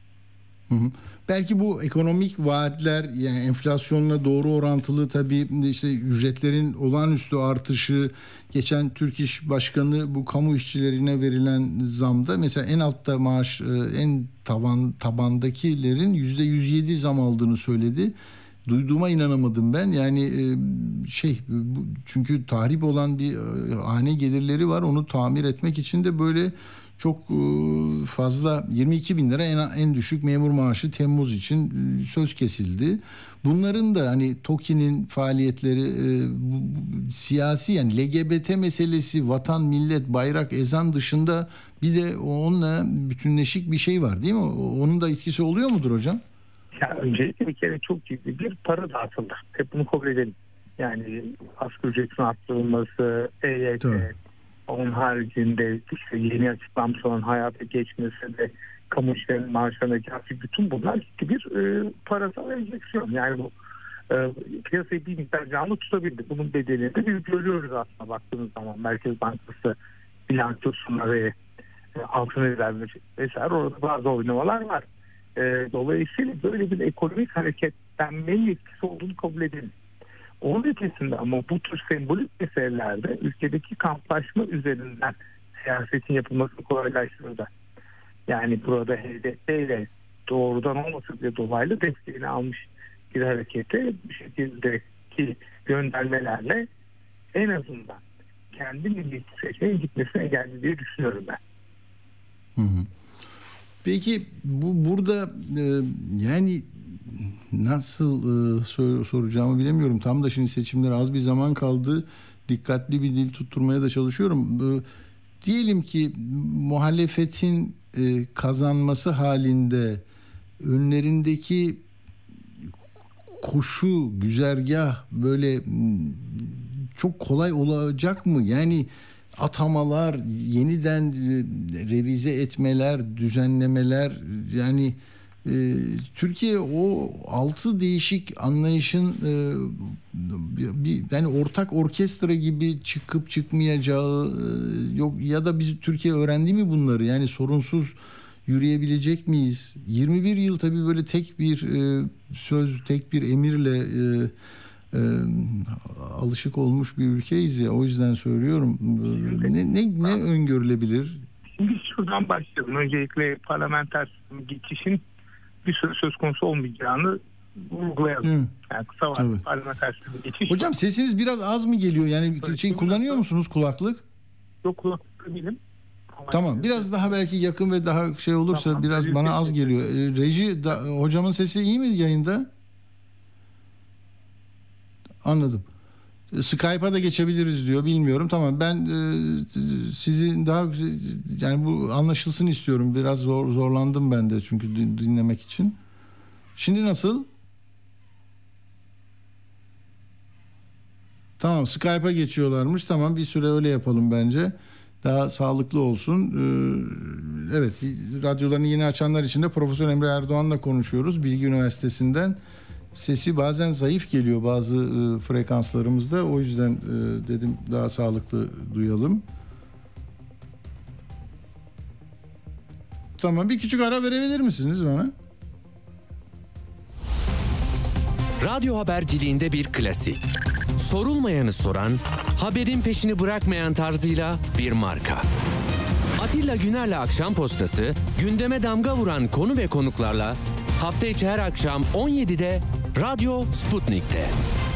Belki bu ekonomik vaatler yani enflasyonla doğru orantılı tabii işte ücretlerin olağanüstü artışı geçen Türk İş Başkanı bu kamu işçilerine verilen zamda mesela en altta maaş en tabandakilerin %107 zam aldığını söyledi. Duyduğuma inanamadım ben. Yani çünkü tahrip olan bir hane gelirleri var. Onu tamir etmek için de böyle çok fazla 22 bin lira en düşük memur maaşı Temmuz için söz kesildi. Bunların da hani TOKİ'nin faaliyetleri siyasi yani LGBT meselesi vatan, millet, bayrak, ezan dışında bir de onunla bütünleşik bir şey var değil mi? Onun da etkisi oluyor mudur hocam? Ya öncelikle bir kere çok ciddi bir para dağıtıldı. Hep bunu kabul edelim. Yani asgari ücretin arttırılması, EYT, onun haricinde işte yeni açıklanmış olan hayata geçmesi de kamu işlerinin maaşlarındaki bütün bunlar ciddi bir parasal enjeksiyon. Yani bu piyasayı bir miktar canlı tutabildi. Bunun bedelini de biz görüyoruz aslında baktığımız zaman. Merkez Bankası bilançosuna ve altın rezervleri vesaire orada bazı oynamalar var. Dolayısıyla böyle bir ekonomik hareketlenmenin etkisi olduğunu kabul edelim. Onun ötesinde ama bu tür sembolik meselelerde ülkedeki kamplaşma üzerinden siyasetin yapılmasını kolaylaştırır. Yani burada HDP ile doğrudan olmasa bile dolaylı desteğini almış bir harekete bu şekildeki göndermelerle en azından kendi milli seçmenin gitmesine engelli diye düşünüyorum ben. Peki burada yani nasıl soracağımı bilemiyorum. Tam da şimdi seçimlere az bir zaman kaldı. Dikkatli bir dil tutturmaya da çalışıyorum. Diyelim ki muhalefetin kazanması halinde önlerindeki koşu, güzergah böyle çok kolay olacak mı? Yani atamalar, yeniden revize etmeler, düzenlemeler, yani Türkiye o 6 değişik anlayışın yani ortak orkestra gibi çıkıp çıkmayacağı yok ya da biz Türkiye öğrendi mi bunları? Yani sorunsuz yürüyebilecek miyiz? 21 yıl tabii böyle tek bir söz, tek bir emirle alışık olmuş bir ülkeyiz ya, o yüzden söylüyorum. Ne öngörülebilir? Şimdi şuradan başlayalım. Öncelikle parlamenter geçişin bir süre söz konusu olmayacağını vurgulayalım. Yani kısa vadeli evet. Parlamenter geçiş. Hocam var. Sesiniz biraz az mı geliyor? Yani kullanıyor musunuz kulaklık? Yok, kulaklık değilim. Tamam. Biraz daha belki yakın ve daha şey olursa tamam, biraz bana az geliyor. Reji hocamın sesi iyi mi yayında? Anladım. Skype'a da geçebiliriz diyor. Bilmiyorum. Tamam. Ben sizin daha yani bu anlaşılsın istiyorum. Biraz zorlandım ben de çünkü dinlemek için. Şimdi nasıl? Tamam. Skype'a geçiyorlarmış. Tamam. Bir süre öyle yapalım bence. Daha sağlıklı olsun. Evet. Radyolarını yeni açanlar için de Profesör Emre Erdoğan'la konuşuyoruz. Bilgi Üniversitesi'nden. Sesi bazen zayıf geliyor bazı frekanslarımızda. O yüzden dedim daha sağlıklı duyalım. Tamam, bir küçük ara verebilir misiniz bana? Radyo haberciliğinde bir klasik. Sorulmayanı soran, haberin peşini bırakmayan tarzıyla bir marka. Atilla Güner'le Akşam Postası, gündeme damga vuran konu ve konuklarla hafta içi her akşam 17'de Radyo Sputnik'te.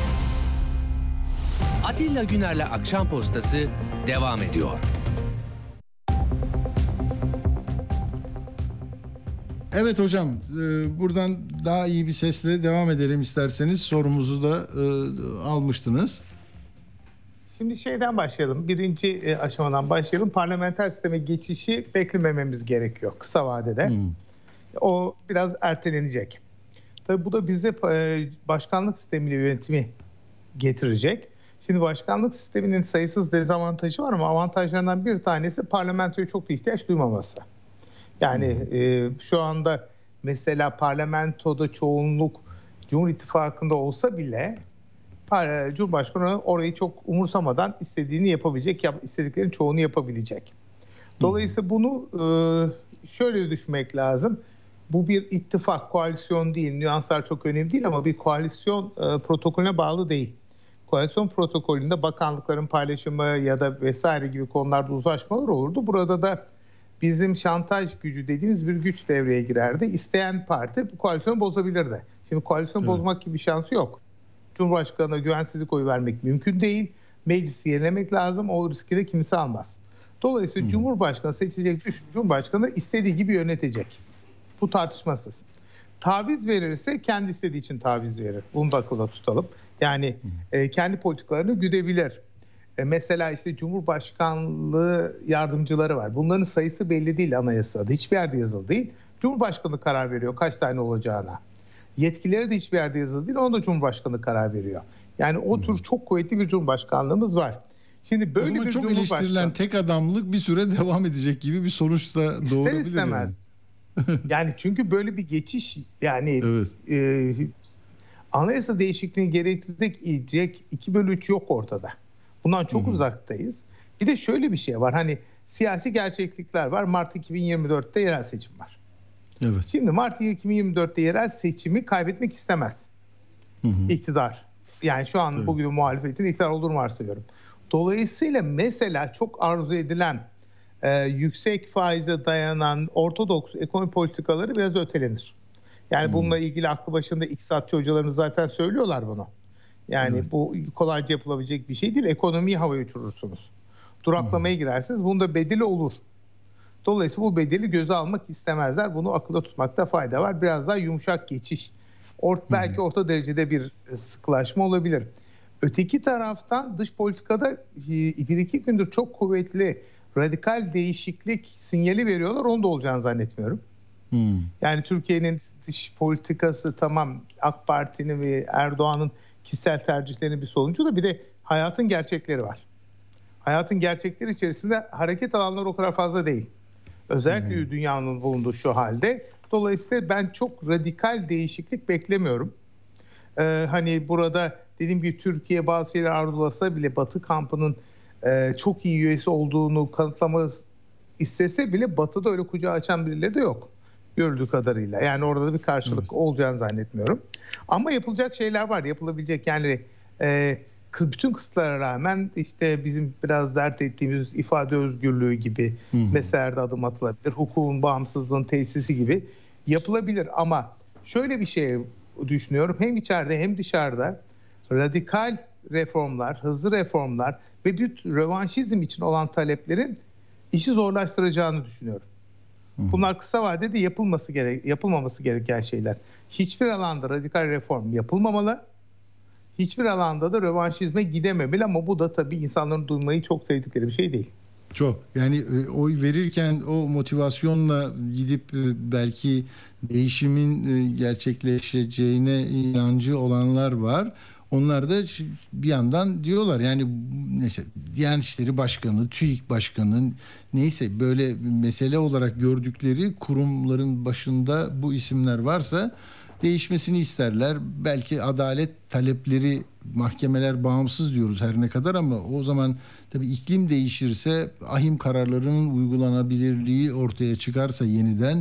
Atilla Güner'le Akşam Postası devam ediyor. Evet hocam, buradan daha iyi bir sesle devam edelim isterseniz. Sorumuzu da almıştınız. Şimdi şeyden başlayalım. Birinci aşamadan başlayalım. Parlamenter sisteme geçişi beklemememiz gerekiyor kısa vadede. O biraz ertelenecek. Tabii bu da bize başkanlık sistemiyle yönetimi getirecek. Şimdi başkanlık sisteminin sayısız dezavantajı var ama avantajlarından bir tanesi parlamentoya çok da ihtiyaç duymaması. Yani şu anda mesela parlamentoda çoğunluk Cumhur İttifakı'nda olsa bile Cumhurbaşkanı orayı çok umursamadan istediğini yapabilecek, istediklerin çoğunu yapabilecek. Dolayısıyla bunu şöyle düşünmek lazım. Bu bir ittifak, koalisyon değil. Nüanslar çok önemli değil ama bir koalisyon protokolüne bağlı değil. Koalisyon protokolünde bakanlıkların paylaşımı ya da vesaire gibi konularda uzlaşmalar olurdu. Burada da bizim şantaj gücü dediğimiz bir güç devreye girerdi. İsteyen parti koalisyonu bozabilirdi. Şimdi koalisyonu bozmak gibi bir şansı yok. Cumhurbaşkanı'na güvensizlik oyu vermek mümkün değil. Meclisi yenilemek lazım. O riski de kimse almaz. Dolayısıyla Cumhurbaşkanı seçecek, Cumhurbaşkanı istediği gibi yönetecek. Bu tartışmasız. Taviz verirse kendi istediği için taviz verir. Bunu da akılda tutalım. Yani kendi politikalarını güdebilir. Mesela işte Cumhurbaşkanlığı yardımcıları var. Bunların sayısı belli değil anayasada. Hiçbir yerde yazılı değil. Cumhurbaşkanı karar veriyor kaç tane olacağına. Yetkileri de hiçbir yerde yazılı değil. Ona da Cumhurbaşkanı karar veriyor. Yani o tür çok kuvvetli bir Cumhurbaşkanlığımız var. Şimdi böyle bir çok eleştirilen tek adamlık bir süre devam edecek gibi bir sonuç da doğurabilir. İster istemez. Yani çünkü böyle bir geçiş yani evet. Anayasa değişikliğini gerektirecek 2/3 yok ortada. Bundan çok uzaktayız. Bir de şöyle bir şey var. Hani siyasi gerçeklikler var. Mart 2024'te yerel seçim var. Evet. Şimdi Mart 2024'te yerel seçimi kaybetmek istemez iktidar. Yani şu an bugün muhalefetin iktidar olduğunu varsayıyorum. Dolayısıyla mesela çok arzu edilen yüksek faize dayanan ortodoks ekonomi politikaları biraz ötelenir. Yani bununla ilgili aklı başında iktisatçı hocalarımız zaten söylüyorlar bunu. Yani bu kolayca yapılabilecek bir şey değil. Ekonomiyi havaya uçurursunuz. Duraklamaya girersiniz. Bunun da bedeli olur. Dolayısıyla bu bedeli göze almak istemezler. Bunu akılda tutmakta fayda var. Biraz daha yumuşak geçiş. Belki orta derecede bir sıkılaşma olabilir. Öteki taraftan dış politikada 1-2 gündür çok kuvvetli radikal değişiklik sinyali veriyorlar. Onun da olacağını zannetmiyorum. Yani Türkiye'nin dış politikası tamam, AK Parti'nin ve Erdoğan'ın kişisel tercihlerinin bir sonucu da bir de hayatın gerçekleri var. Hayatın gerçekleri içerisinde hareket alanları o kadar fazla değil. Özellikle dünyanın bulunduğu şu halde. Dolayısıyla ben çok radikal değişiklik beklemiyorum. Hani burada dediğim gibi Türkiye bazı şeyler arzulasa bile Batı kampının çok iyi üyesi olduğunu kanıtlamak istese bile Batı'da öyle kucağı açan birileri de yok. Görüldüğü kadarıyla. Yani orada da bir karşılık olacağını zannetmiyorum. Ama yapılacak şeyler var. Yapılabilecek yani bütün kısıtlara rağmen işte bizim biraz dert ettiğimiz ifade özgürlüğü gibi meselelerde adım atılabilir. Hukukun bağımsızlığın tesisi gibi yapılabilir. Ama şöyle bir şey düşünüyorum. Hem içeride hem dışarıda radikal reformlar, hızlı reformlar ve bir rövanşizm için olan taleplerin işi zorlaştıracağını düşünüyorum. Bunlar kısa vadede yapılmaması gereken şeyler. Hiçbir alanda radikal reform yapılmamalı. Hiçbir alanda da rövanşizme gidememeli ama bu da tabii insanların duymayı çok sevdikleri bir şey değil. Çok. Yani oy verirken o motivasyonla gidip belki değişimin gerçekleşeceğine inancı olanlar var. Onlar da bir yandan diyorlar yani neyse Diyanet İşleri Başkanı, TÜİK Başkanı neyse böyle mesele olarak gördükleri kurumların başında bu isimler varsa değişmesini isterler. Belki adalet talepleri, mahkemeler bağımsız diyoruz her ne kadar ama o zaman tabii iklim değişirse ahim kararlarının uygulanabilirliği ortaya çıkarsa yeniden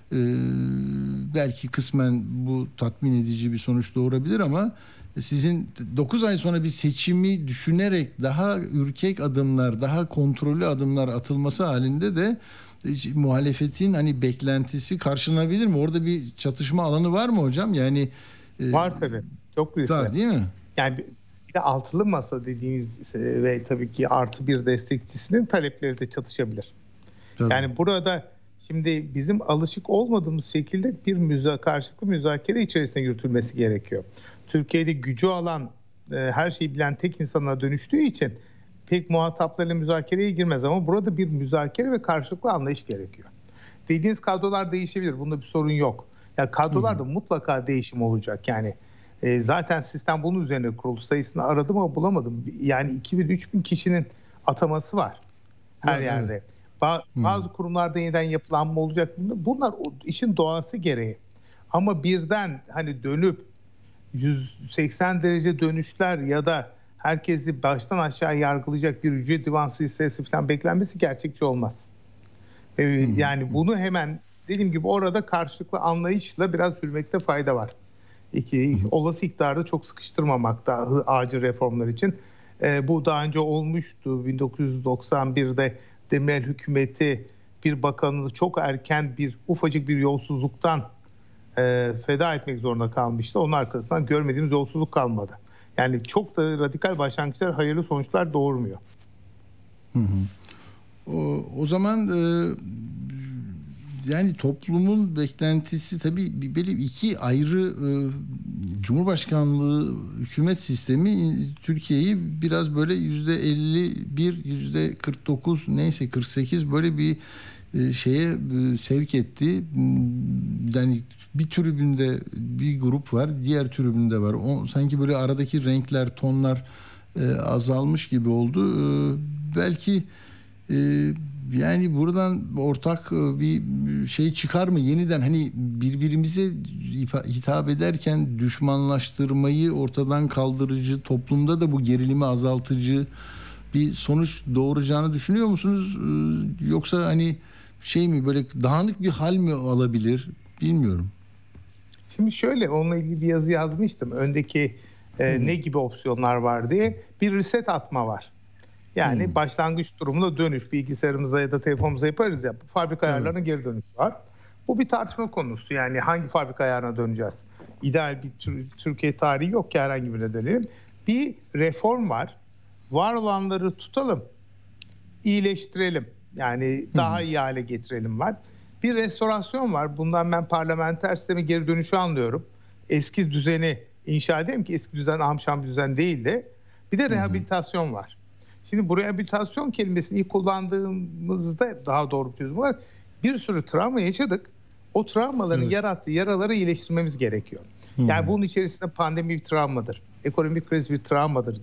belki kısmen bu tatmin edici bir sonuç doğurabilir ama sizin 9 ay sonra bir seçimi düşünerek daha ürkek adımlar, daha kontrollü adımlar atılması halinde de muhalefetin hani beklentisi karşılanabilir mi? Orada bir çatışma alanı var mı hocam? Yani var tabii. Çok riskli. Var değil mi? Yani bir de altılı masa dediğimiz ve tabii ki artı bir destekçisinin talepleri de çatışabilir. Tabii. Yani burada şimdi bizim alışık olmadığımız şekilde bir karşılıklı müzakere içerisinde yürütülmesi gerekiyor. Türkiye'de gücü alan, her şeyi bilen tek insana dönüştüğü için pek muhataplarıyla müzakereye girmez ama burada bir müzakere ve karşılıklı anlayış gerekiyor. Dediğiniz kadrolar değişebilir. Bunda bir sorun yok. Yani kadrolarda mutlaka değişim olacak. Yani zaten sistem bunun üzerine kuruldu. Sayısını aradım ama bulamadım. Yani 2000-3000 kişinin ataması var her yerde. Bazı kurumlarda yeniden yapılanma olacak. Bunlar işin doğası gereği. Ama birden hani dönüp 180 derece dönüşler ya da herkesi baştan aşağı yargılayacak bir Yüce Divan silsilesi falan beklenmesi gerçekçi olmaz. Yani bunu hemen dediğim gibi orada karşılıklı anlayışla biraz sürmekte fayda var. Olası iktidarda çok sıkıştırmamakta acil reformlar için. Bu daha önce olmuştu. 1991'de Demirel hükümeti bir bakanını çok erken ufacık bir yolsuzluktan feda etmek zorunda kalmıştı. Onun arkasından görmediğimiz yolsuzluk kalmadı. Yani çok da radikal başlangıçlar hayırlı sonuçlar doğurmuyor. O zaman yani toplumun beklentisi tabii böyle iki ayrı Cumhurbaşkanlığı hükümet sistemi Türkiye'yi biraz böyle %51, %49 neyse 48 böyle bir şeye sevk etti. Yani bir tribünde bir grup var, diğer tribünde var. Sanki böyle aradaki renkler, tonlar azalmış gibi oldu. Belki yani buradan ortak bir şey çıkar mı? Yeniden hani birbirimize hitap ederken düşmanlaştırmayı ortadan kaldırıcı, toplumda da bu gerilimi azaltıcı bir sonuç doğuracağını düşünüyor musunuz? Yoksa hani şey mi böyle dağınık bir hal mi alabilir? bilmiyorum. Şimdi şöyle, onunla ilgili bir yazı yazmıştım. Öndeki ne gibi opsiyonlar var diye. Bir reset atma var. Yani başlangıç durumuna dönüş, bilgisayarımıza ya da telefonumuza yaparız ya. Fabrika ayarlarına geri dönüş var. Bu bir tartışma konusu. Yani hangi fabrika ayarına döneceğiz? İdeal bir Türkiye tarihi yok ki herhangi birine dönelim. Bir reform var. Var olanları tutalım, iyileştirelim. Yani daha iyi hale getirelim var. Bir restorasyon var. Bundan ben parlamenter sisteme geri dönüşü anlıyorum. Eski düzeni inşa edelim ki eski düzen amşam bir düzen değil de. Bir de rehabilitasyon var. Şimdi bu rehabilitasyon kelimesini ilk kullandığımızda daha doğru bir çözüm var. Bir sürü travma yaşadık. O travmaların yarattığı yaraları iyileştirmemiz gerekiyor. Yani bunun içerisinde pandemi bir travmadır. Ekonomik kriz bir travmadır.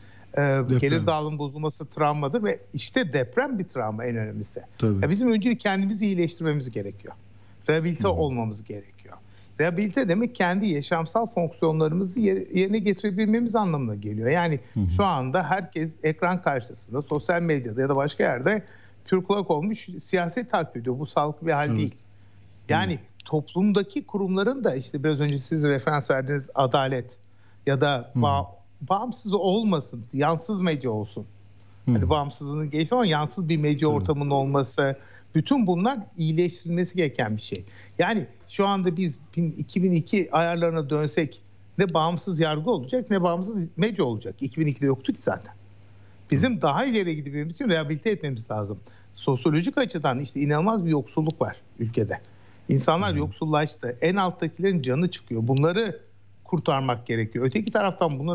Gelir dağılım bozulması travmadır ve işte deprem bir travma en önemlisi. Ya bizim önce kendimizi iyileştirmemiz gerekiyor. Rehabilite olmamız gerekiyor. Rehabilite demek kendi yaşamsal fonksiyonlarımızı yerine getirebilmemiz anlamına geliyor. Yani şu anda herkes ekran karşısında, sosyal medyada ya da başka yerde pür kulak olmuş siyaset takip ediyor. Bu sağlıklı bir hal değil. Yani toplumdaki kurumların da işte biraz önce siz referans verdiğiniz adalet ya da bağımsız olmasın, yansız medya olsun. Hani bağımsızlığını geçti ama yansız bir medya ortamının olması, bütün bunlar iyileştirilmesi gereken bir şey. Yani şu anda biz 2002 ayarlarına dönsek ne bağımsız yargı olacak ne bağımsız medya olacak. 2002'de yoktu ki zaten. Bizim daha ileri gidebilmemiz için rehabilite etmemiz lazım. Sosyolojik açıdan işte inanılmaz bir yoksulluk var ülkede. İnsanlar yoksullaştı. En alttakilerin canı çıkıyor. Bunları kurtarmak gerekiyor. Öteki taraftan bunları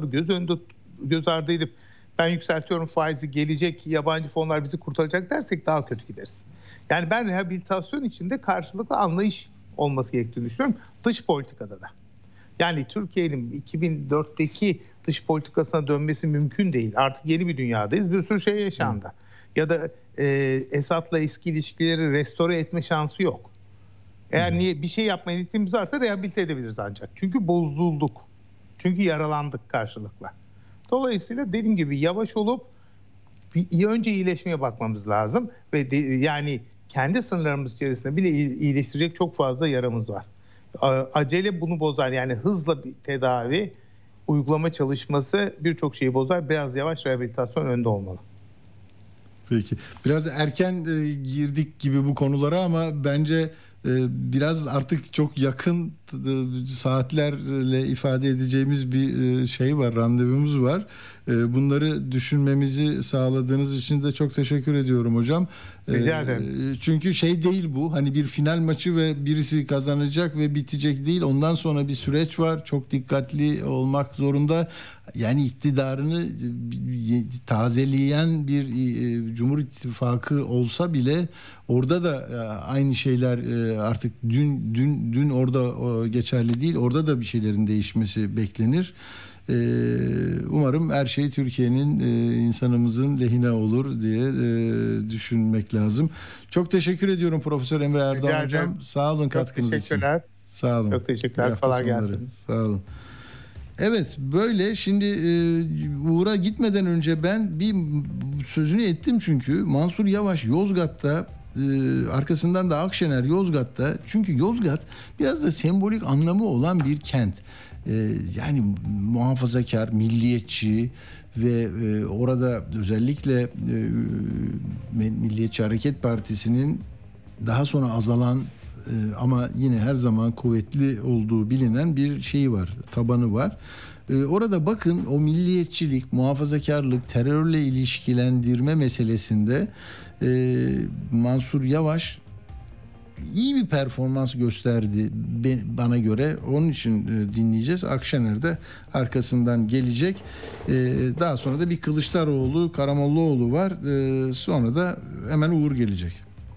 göz ardı edip ben yükseltiyorum faizi, gelecek yabancı fonlar bizi kurtaracak dersek daha kötü gideriz. Yani ben rehabilitasyon içinde karşılıklı anlayış olması gerektiğini düşünüyorum. Dış politikada da. Yani Türkiye'nin 2004'teki dış politikasına dönmesi mümkün değil. Artık yeni bir dünyadayız. Bir sürü şey yaşandı. Ya da Esad'la eski ilişkileri restore etme şansı yok. Eğer bir şey yapmaya niyetimiz varsa rehabilite edebiliriz ancak. Çünkü bozulduk. Çünkü yaralandık karşılıklı. Dolayısıyla dediğim gibi yavaş olup önce iyileşmeye bakmamız lazım. Ve yani kendi sınırlarımız içerisinde bile iyileştirecek çok fazla yaramız var. Acele bunu bozar. Yani hızla bir tedavi, uygulama çalışması birçok şeyi bozar. Biraz yavaş, rehabilitasyon önde olmalı. Peki. Biraz erken girdik gibi bu konulara ama bence biraz artık çok yakın saatlerle ifade edeceğimiz bir şey var, randevumuz var. Bunları düşünmemizi sağladığınız için de çok teşekkür ediyorum hocam. Rica ederim. Çünkü şey değil bu, hani bir final maçı ve birisi kazanacak ve bitecek değil. Ondan sonra bir süreç var. Çok dikkatli olmak zorunda. Yani iktidarını tazeleyen bir Cumhur İttifakı olsa bile orada da aynı şeyler artık dün orada geçerli değil. Orada da bir şeylerin değişmesi beklenir. Umarım her şey Türkiye'nin, insanımızın lehine olur diye düşünmek lazım. Çok teşekkür ediyorum Profesör Emre Erdoğan hocam. Sağ olun katkınız için. Teşekkürler. Sağ olun. Çok teşekkürler. Kolay gelsin. Sağ olun. Evet, böyle şimdi Uğur'a gitmeden önce ben bir sözünü ettim çünkü Mansur Yavaş Yozgat'ta, arkasından da Akşener Yozgat'ta, çünkü Yozgat biraz da sembolik anlamı olan bir kent. Yani muhafazakar, milliyetçi ve orada özellikle Milliyetçi Hareket Partisi'nin daha sonra azalan ama yine her zaman kuvvetli olduğu bilinen bir şeyi var, tabanı var. Orada bakın o milliyetçilik, muhafazakarlık, terörle ilişkilendirme meselesinde Mansur Yavaş iyi bir performans gösterdi bana göre. Onun için dinleyeceğiz. Akşener de arkasından gelecek. Daha sonra da bir Kılıçdaroğlu, Karamollaoğlu var. Sonra da hemen Uğur gelecek.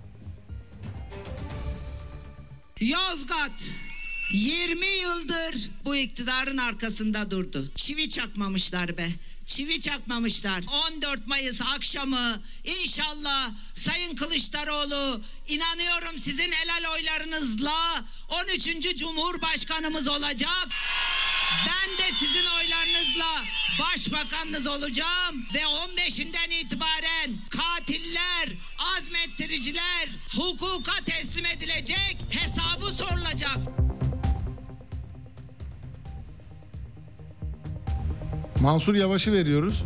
Yozgat 20 yıldır bu iktidarın arkasında durdu. Çivi çakmamışlar be. Çivi çakmamışlar. 14 Mayıs akşamı inşallah Sayın Kılıçdaroğlu, inanıyorum sizin helal oylarınızla 13. Cumhurbaşkanımız olacak. Ben de sizin oylarınızla başbakanınız olacağım ve 15'inden itibaren katiller, azmettiriciler hukuka teslim edilecek, hesabı sorulacak. Mansur Yavaş'ı veriyoruz.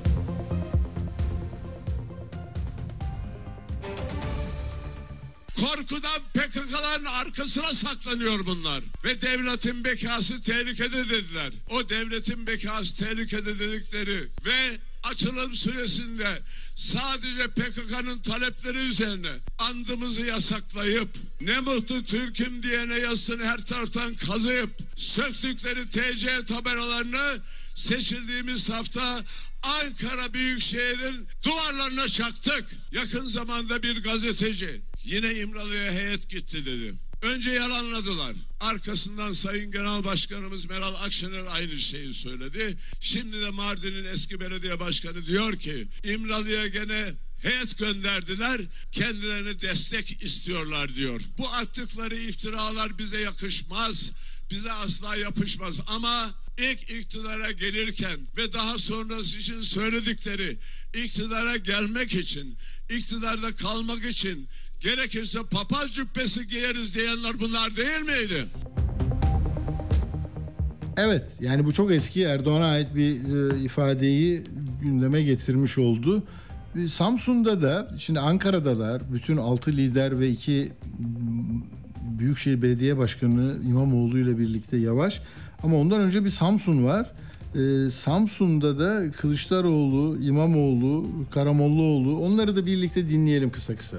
Korkudan PKK'ların arkasına saklanıyor bunlar. Ve devletin bekası tehlikede dediler. O devletin bekası tehlikede dedikleri ve açılım süresinde sadece PKK'nın talepleri üzerine andımızı yasaklayıp ne mutlu Türk'üm diyene yazısını her taraftan kazıyıp söktükleri TC tabelalarını seçildiğimiz hafta Ankara Büyükşehir'in duvarlarına çaktık. Yakın zamanda bir gazeteci yine İmralı'ya heyet gitti dedi. Önce yalanladılar. Arkasından Sayın Genel Başkanımız Meral Akşener aynı şeyi söyledi. Şimdi de Mardin'in eski belediye başkanı diyor ki İmralı'ya gene heyet gönderdiler, kendilerine destek istiyorlar diyor. Bu attıkları iftiralar bize yakışmaz, bize asla yapışmaz ama ilk iktidara gelirken ve daha sonrası için söyledikleri iktidara gelmek için, iktidarda kalmak için gerekirse papaz cübbesi giyeriz diyenler bunlar değil miydi? Evet, yani bu çok eski Erdoğan'a ait bir ifadeyi gündeme getirmiş oldu. Samsun'da da, şimdi Ankara'dalar, bütün 6 lider ve 2 Büyükşehir Belediye Başkanı İmamoğlu ile birlikte Yavaş. Ama ondan önce bir Samsun var. Samsun'da da Kılıçdaroğlu, İmamoğlu, Karamollaoğlu, onları da birlikte dinleyelim kısa kısa.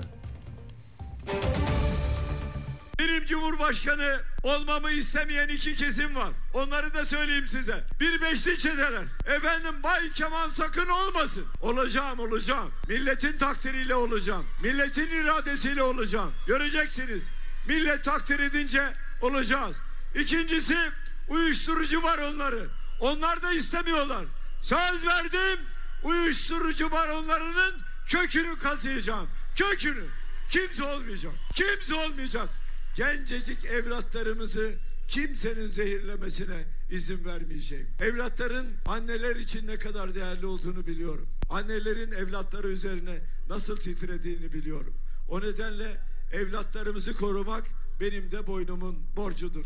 Benim Cumhurbaşkanı olmamı istemeyen 2 kesim var. Onları da söyleyeyim size. Bir beşli çeteler. Efendim Bay Kemal sakın olmasın. Olacağım. Milletin takdiriyle olacağım. Milletin iradesiyle olacağım. Göreceksiniz. Millet takdir edince olacağız. İkincisi uyuşturucu baronları. Onlar da istemiyorlar. Söz verdim. Uyuşturucu baronlarının kökünü kazıyacağım. Kökünü. Kimse olmayacak. Gencecik evlatlarımızı kimsenin zehirlemesine izin vermeyeceğim. Evlatların anneler için ne kadar değerli olduğunu biliyorum. Annelerin evlatları üzerine nasıl titrediğini biliyorum. O nedenle evlatlarımızı korumak benim de boynumun borcudur.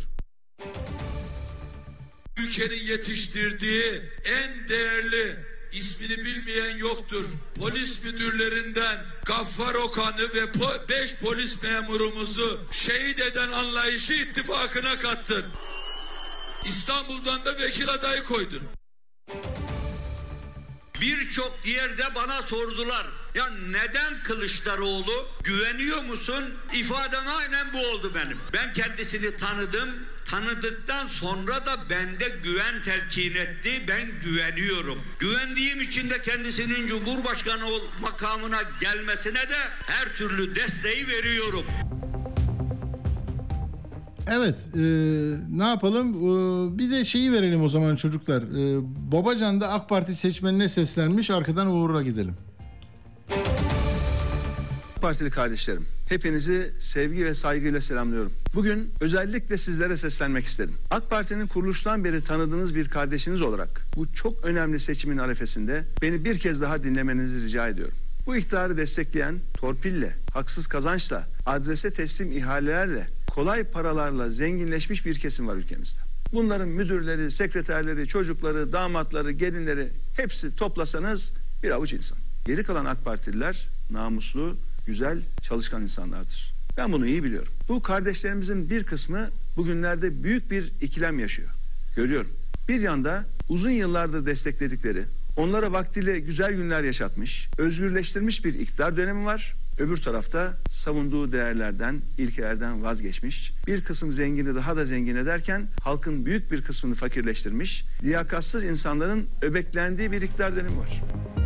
Ülkenin yetiştirdiği en değerli, ismini bilmeyen yoktur, polis müdürlerinden Gaffar Okan'ı ve 5 polis memurumuzu şehit eden anlayışı ittifakına kattın. İstanbul'dan da vekil adayı koydun. Birçok yerde bana sordular. Ya neden Kılıçdaroğlu? Güveniyor musun? İfadem aynen bu oldu benim. Ben kendisini tanıdım. Tanıdıktan sonra da bende güven telkin etti. Ben güveniyorum. Güvendiğim için de kendisinin Cumhurbaşkanı makamına gelmesine de her türlü desteği veriyorum. Evet, ne yapalım? Bir de şeyi verelim o zaman çocuklar. Babacan da AK Parti seçmenine seslenmiş. Arkadan Uğur'a gidelim. Partili kardeşlerim, hepinizi sevgi ve saygıyla selamlıyorum. Bugün özellikle sizlere seslenmek istedim. AK Parti'nin kuruluştan beri tanıdığınız bir kardeşiniz olarak bu çok önemli seçimin arifesinde beni bir kez daha dinlemenizi rica ediyorum. Bu iktidarı destekleyen torpille, haksız kazançla, adrese teslim ihalelerle, kolay paralarla zenginleşmiş bir kesim var ülkemizde. Bunların müdürleri, sekreterleri, çocukları, damatları, gelinleri hepsi toplasanız bir avuç insan. Geri kalan AK Partililer namuslu, güzel, çalışkan insanlardır. Ben bunu iyi biliyorum. Bu kardeşlerimizin bir kısmı bugünlerde büyük bir ikilem yaşıyor. Görüyorum. Bir yanda uzun yıllardır destekledikleri, onlara vaktiyle güzel günler yaşatmış, özgürleştirmiş bir iktidar dönemi var. Öbür tarafta savunduğu değerlerden, ilkelerden vazgeçmiş, bir kısım zengini daha da zengin ederken halkın büyük bir kısmını fakirleştirmiş, liyakatsız insanların öbeklendiği bir iktidar dönemi var.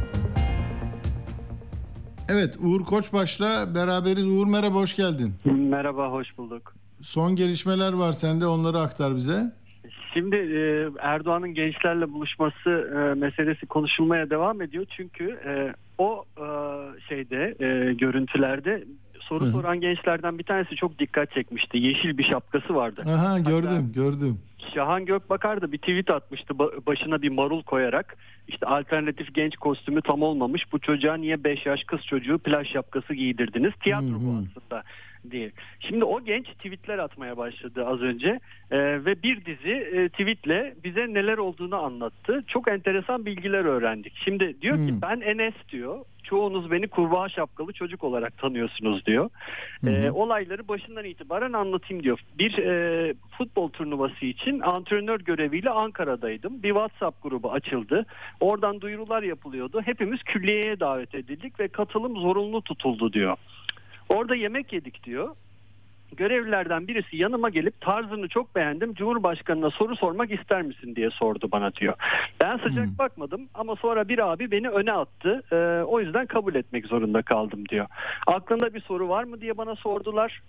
Evet, Uğur Koçbaş'la beraberiz. Uğur merhaba, hoş geldin. Merhaba, hoş bulduk. Son gelişmeler var sende, onları aktar bize. Şimdi Erdoğan'ın gençlerle buluşması meselesi konuşulmaya devam ediyor. Çünkü o görüntülerde soru soran gençlerden bir tanesi çok dikkat çekmişti. Yeşil bir şapkası vardı. Aha, gördüm. Şahan Gökbakar da bir tweet atmıştı başına bir marul koyarak. İşte alternatif genç kostümü tam olmamış. Bu çocuğa niye 5 yaş kız çocuğu plaj şapkası giydirdiniz? Tiyatro bu aslında. diye. Şimdi o genç tweetler atmaya başladı az önce ve bir dizi tweetle bize neler olduğunu anlattı. Çok enteresan bilgiler öğrendik. Şimdi diyor ki ben Enes diyor. Çoğunuz beni kurbağa şapkalı çocuk olarak tanıyorsunuz diyor. Olayları başından itibaren anlatayım diyor. Bir futbol turnuvası için antrenör göreviyle Ankara'daydım. Bir WhatsApp grubu açıldı. Oradan duyurular yapılıyordu. Hepimiz külliyeye davet edildik ve katılım zorunlu tutuldu diyor. Orada yemek yedik diyor. Görevlilerden birisi yanıma gelip tarzını çok beğendim, Cumhurbaşkanı'na soru sormak ister misin diye sordu bana diyor. Ben sıcak bakmadım ama sonra bir abi beni öne attı. O yüzden kabul etmek zorunda kaldım diyor. Aklında bir soru var mı diye bana sordular.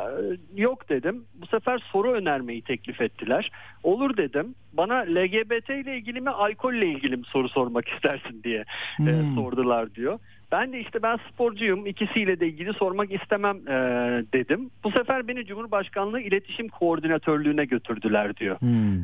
Yok dedim. Bu sefer soru önermeyi teklif ettiler. Olur dedim. Bana LGBT ile ilgili mi, alkolle ilgili mi soru sormak istersin diye sordular diyor. Ben de işte ben sporcuyum, ikisiyle de ilgili sormak istemem dedim. Bu sefer beni Cumhurbaşkanlığı İletişim Koordinatörlüğü'ne götürdüler diyor.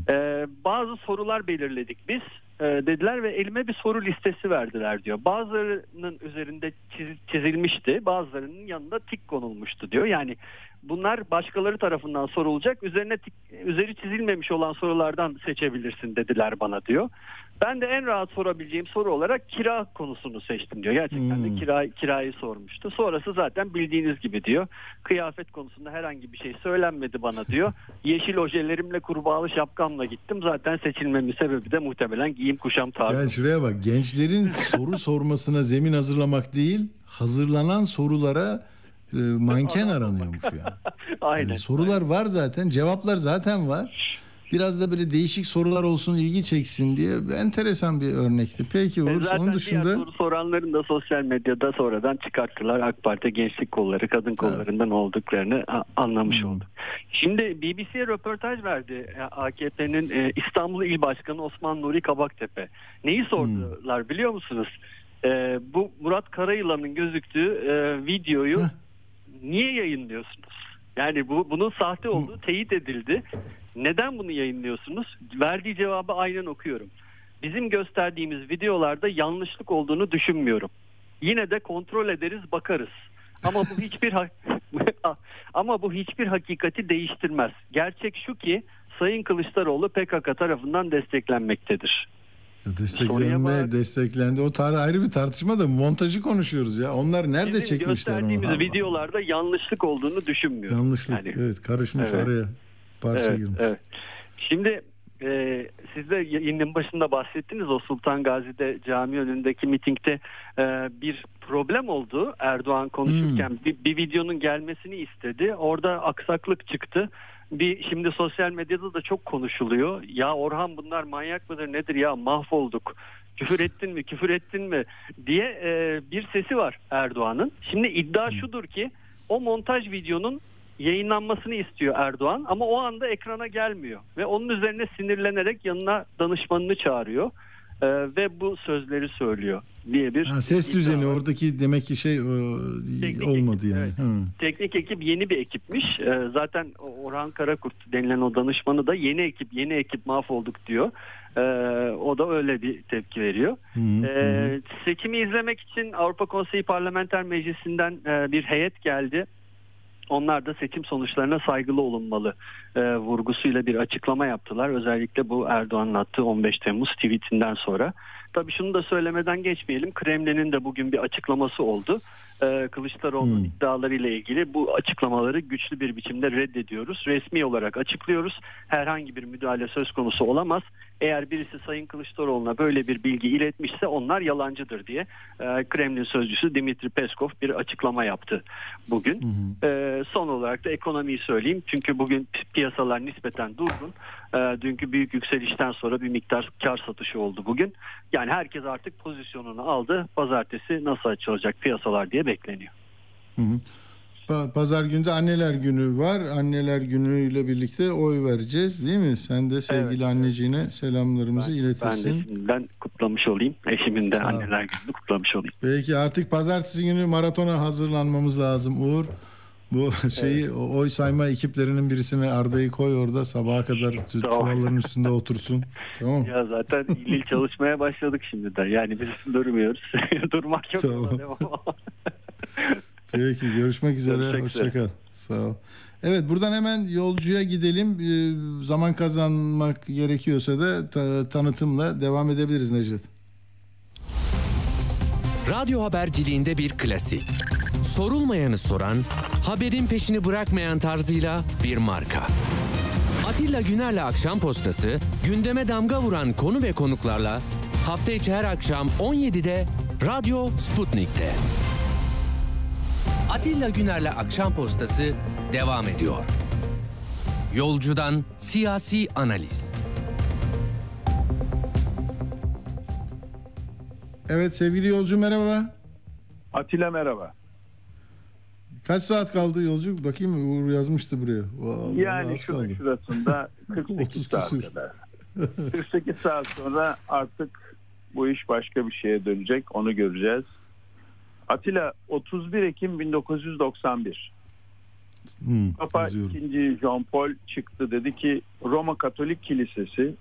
Bazı sorular belirledik biz dediler ve elime bir soru listesi verdiler diyor. Bazılarının üzerinde çizilmişti, bazılarının yanında tik konulmuştu diyor. Yani bunlar başkaları tarafından sorulacak, üzeri çizilmemiş olan sorulardan seçebilirsin dediler bana diyor. Ben de en rahat sorabileceğim soru olarak kira konusunu seçtim diyor. Gerçekten de kirayı sormuştu. Sonrası zaten bildiğiniz gibi diyor. Kıyafet konusunda herhangi bir şey söylenmedi bana diyor. Yeşil ojelerimle, kurbağalı şapkamla gittim. Zaten seçilmemin sebebi de muhtemelen giyim kuşam tarzı. Yani şuraya bak, gençlerin soru sormasına zemin hazırlamak değil, hazırlanan sorulara manken aranıyormuş ya. Aynen. Yani sorular var zaten, cevaplar zaten var. Biraz da böyle değişik sorular olsun, ilgi çeksin diye enteresan bir örnekti. Peki Uğur, onun dışında... Zaten soru soranların da sosyal medyada sonradan çıkarttılar. AK Parti gençlik kolları, kadın kollarından olduklarını anlamış olduk. Şimdi BBC'ye röportaj verdi AKP'nin İstanbul İl Başkanı Osman Nuri Kabaktepe. Neyi sordular biliyor musunuz? Bu Murat Karayılan'ın gözüktüğü videoyu niye yayınlıyorsunuz? Yani bunun sahte olduğu teyit edildi. Neden bunu yayınlıyorsunuz? Verdiği cevabı aynen okuyorum. Bizim gösterdiğimiz videolarda yanlışlık olduğunu düşünmüyorum. Yine de kontrol ederiz, bakarız. Ama bu hiçbir hakikati değiştirmez. Gerçek şu ki Sayın Kılıçdaroğlu PKK tarafından desteklenmektedir. Desteklendi. O ayrı bir tartışma da montajı konuşuyoruz ya. Onlar nerede bizim çekmişler onu? Gösterdiğimiz videolarda yanlışlık olduğunu düşünmüyorum. Yanlışlık. Yani, evet, karışmış araya. Parça girmiş. Evet. Şimdi siz de yayının başında bahsettiniz, o Sultan Gazi'de cami önündeki mitingde bir problem oldu. Erdoğan konuşurken bir videonun gelmesini istedi. Orada aksaklık çıktı. Şimdi sosyal medyada da çok konuşuluyor. Ya Orhan bunlar manyak mıdır nedir ya, mahvolduk. Küfür ettin mi diye bir sesi var Erdoğan'ın. Şimdi iddia şudur ki o montaj videonun yayınlanmasını istiyor Erdoğan ama o anda ekrana gelmiyor ve onun üzerine sinirlenerek yanına danışmanını çağırıyor ve bu sözleri söylüyor diye bir ses düzeni var. Oradaki demek ki olmadı yani. Evet. Teknik ekip yeni bir ekipmiş. Zaten Orhan Karakurt denilen o danışmanı da yeni ekip mahvolduk diyor. O da öyle bir tepki veriyor. Seçimi izlemek için Avrupa Konseyi Parlamenter Meclisi'nden bir heyet geldi. Onlar da seçim sonuçlarına saygılı olunmalı vurgusuyla bir açıklama yaptılar. Özellikle bu Erdoğan'ın attığı 15 Temmuz tweetinden sonra. Tabii şunu da söylemeden geçmeyelim. Kremlin'in de bugün bir açıklaması oldu. Kılıçdaroğlu'nun iddialarıyla ilgili bu açıklamaları güçlü bir biçimde reddediyoruz. Resmi olarak açıklıyoruz. Herhangi bir müdahale söz konusu olamaz. Eğer birisi Sayın Kılıçdaroğlu'na böyle bir bilgi iletmişse onlar yalancıdır diye Kremlin sözcüsü Dimitri Peskov bir açıklama yaptı bugün. Son olarak da ekonomiyi söyleyeyim. Çünkü bugün piyasalar nispeten durgun. Dünkü büyük yükselişten sonra bir miktar kar satışı oldu bugün. Yani herkes artık pozisyonunu aldı. Pazartesi nasıl açılacak piyasalar diye bekleniyor. Pazar günü de Anneler Günü var. Anneler Günü'yle birlikte oy vereceğiz değil mi? Sen de sevgili anneciğine selamlarımızı iletirsin. Ben de şimdiden kutlamış olayım. Eşimin de Anneler Günü'nü kutlamış olayım. Peki artık pazartesi günü maratona hazırlanmamız lazım Uğur. Bu oy sayma ekiplerinin birisine Arda'yı koy orada sabaha kadar çuvalların üstünde otursun. Tamam. Ya zaten il çalışmaya başladık şimdiden. Yani biz durmuyoruz. Durmak yok. Tamam. Peki, görüşmek üzere. Hoşçakal. Sağ ol. Evet, buradan hemen yolcuya gidelim. Zaman kazanmak gerekiyorsa da tanıtımla devam edebiliriz Necdet. Radyo haberciliğinde bir klasik. Sorulmayanı soran, haberin peşini bırakmayan tarzıyla bir marka. Atilla Güner'le Akşam Postası, gündeme damga vuran konu ve konuklarla hafta içi her akşam 17'de Radyo Sputnik'te. Atilla Güner'le Akşam Postası devam ediyor. Yolcudan siyasi analiz. Evet sevgili yolcu, merhaba. Atilla merhaba. Kaç saat kaldı yolcu? Bakayım, Uğur yazmıştı buraya. Yani şurasında 48 saat kadar. 48 saat sonra artık bu iş başka bir şeye dönecek. Onu göreceğiz. Atilla, 31 Ekim 1991. Papa II. John Paul çıktı, dedi ki Roma Katolik Kilisesi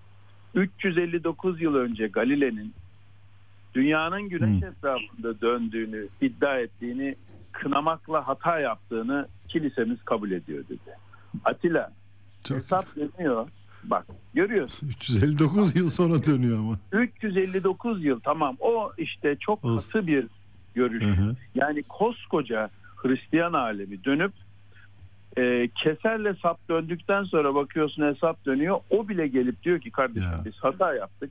359 yıl önce Galile'nin dünyanın güneş etrafında döndüğünü iddia ettiğini, kınamakla hata yaptığını kilisemiz kabul ediyor dedi. Atilla, hesap dönüyor. Bak, görüyorsun. 359 yıl sonra dönüyor ama. 359 yıl, tamam, o işte çok katı bir görüş. Yani koskoca Hristiyan alemi dönüp keserle sap döndükten sonra bakıyorsun hesap dönüyor. O bile gelip diyor ki kardeşim biz hata yaptık.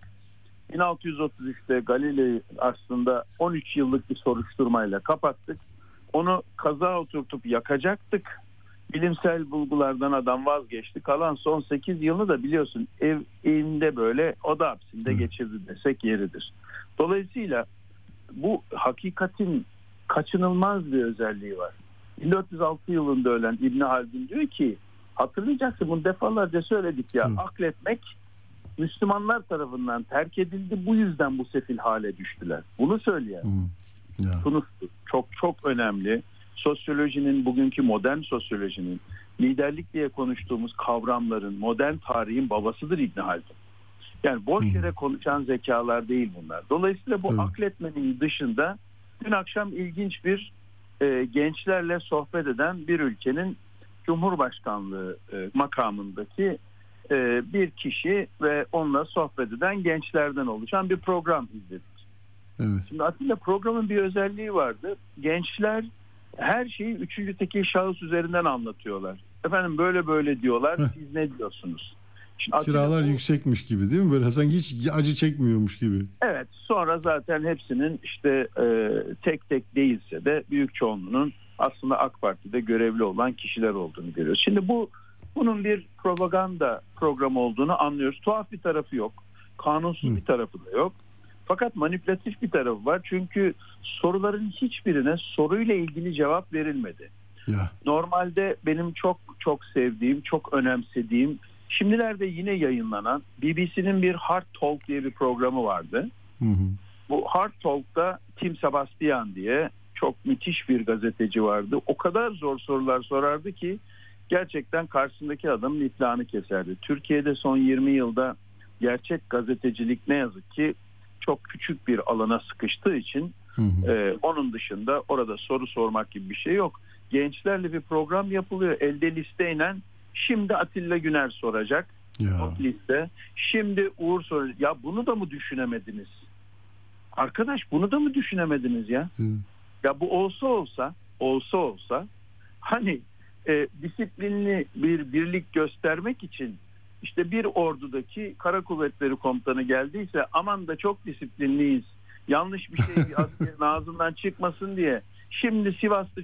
1633'te Galile'yi aslında 13 yıllık bir soruşturmayla kapattık. Onu kaza oturtup yakacaktık. Bilimsel bulgulardan adam vazgeçti. Kalan son 8 yılını da biliyorsun evinde böyle oda hapsinde geçirdi desek yeridir. Dolayısıyla bu hakikatin kaçınılmaz bir özelliği var. 1406 yılında ölen İbn Haldun diyor ki, hatırlayacaksın bunu defalarca söyledik ya, akletmek Müslümanlar tarafından terk edildi, bu yüzden bu sefil hale düştüler. Bunu söyleyen Tunus'tur. Çok çok önemli. Sosyolojinin, bugünkü modern sosyolojinin, liderlik diye konuştuğumuz kavramların, modern tarihin babasıdır İbn Haldun. Yani boş yere konuşan zekalar değil bunlar. Dolayısıyla bu akletmenin dışında dün akşam ilginç bir gençlerle sohbet eden bir ülkenin Cumhurbaşkanlığı makamındaki bir kişi ve onunla sohbet eden gençlerden oluşan bir program izledik. Evet. Şimdi Atilla, programın bir özelliği vardı. Gençler her şeyi üçüncü tekil şahıs üzerinden anlatıyorlar. Efendim böyle böyle diyorlar. Siz ne diyorsunuz? Şimdi kiralar yüksekmiş gibi değil mi? Böyle sanki hiç acı çekmiyormuş gibi. Evet. Sonra zaten hepsinin işte tek tek değilse de büyük çoğunluğunun aslında AK Parti'de görevli olan kişiler olduğunu görüyoruz. Şimdi bunun bir propaganda programı olduğunu anlıyoruz. Tuhaf bir tarafı yok. Kanunsuz bir tarafı da yok. Fakat manipülatif bir tarafı var. Çünkü soruların hiçbirine soruyla ilgili cevap verilmedi. Normalde benim çok çok sevdiğim, çok önemsediğim, şimdilerde yine yayınlanan BBC'nin bir Hard Talk diye bir programı vardı. Bu Hard Talk'ta Tim Sebastian diye çok müthiş bir gazeteci vardı. O kadar zor sorular sorardı ki gerçekten karşısındaki adamın iflahını keserdi. Türkiye'de son 20 yılda gerçek gazetecilik ne yazık ki çok küçük bir alana sıkıştığı için onun dışında orada soru sormak gibi bir şey yok. Gençlerle bir program yapılıyor. Elde listeyle şimdi Atilla Güner soracak. O liste. Şimdi Uğur soracak. Ya bunu da mı düşünemediniz? Arkadaş, bunu da mı düşünemediniz ya? Ya bu olsa hani disiplinli bir birlik göstermek için işte bir ordudaki kara kuvvetleri komutanı geldiyse aman da çok disiplinliyiz, yanlış bir şey bir askerin ağzından çıkmasın diye şimdi Sivaslı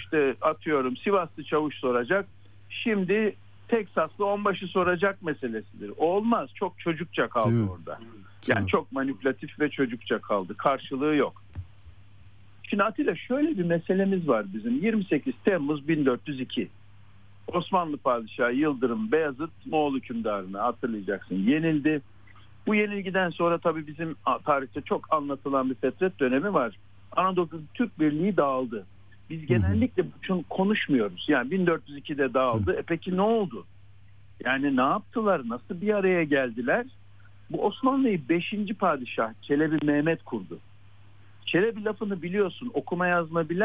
Sivaslı çavuş soracak, şimdi Teksaslı onbaşı soracak meselesidir. O olmaz. Çok çocukça kaldı orada. Yani çok manipülatif ve çocukça kaldı. Karşılığı yok. Şimdi Atilla, şöyle bir meselemiz var bizim. 28 Temmuz 1402. Osmanlı Padişahı Yıldırım Beyazıt Moğol hükümdarını hatırlayacaksın yenildi. Bu yenilgiden sonra tabii bizim tarihte çok anlatılan bir fetret dönemi var. Anadolu Türk Birliği dağıldı. Biz genellikle bunu konuşmuyoruz. Yani 1402'de dağıldı. Peki ne oldu? Yani ne yaptılar? Nasıl bir araya geldiler? Bu Osmanlı'yı 5. padişah Çelebi Mehmet kurdu. Çelebi lafını biliyorsun. Okuma yazma bilen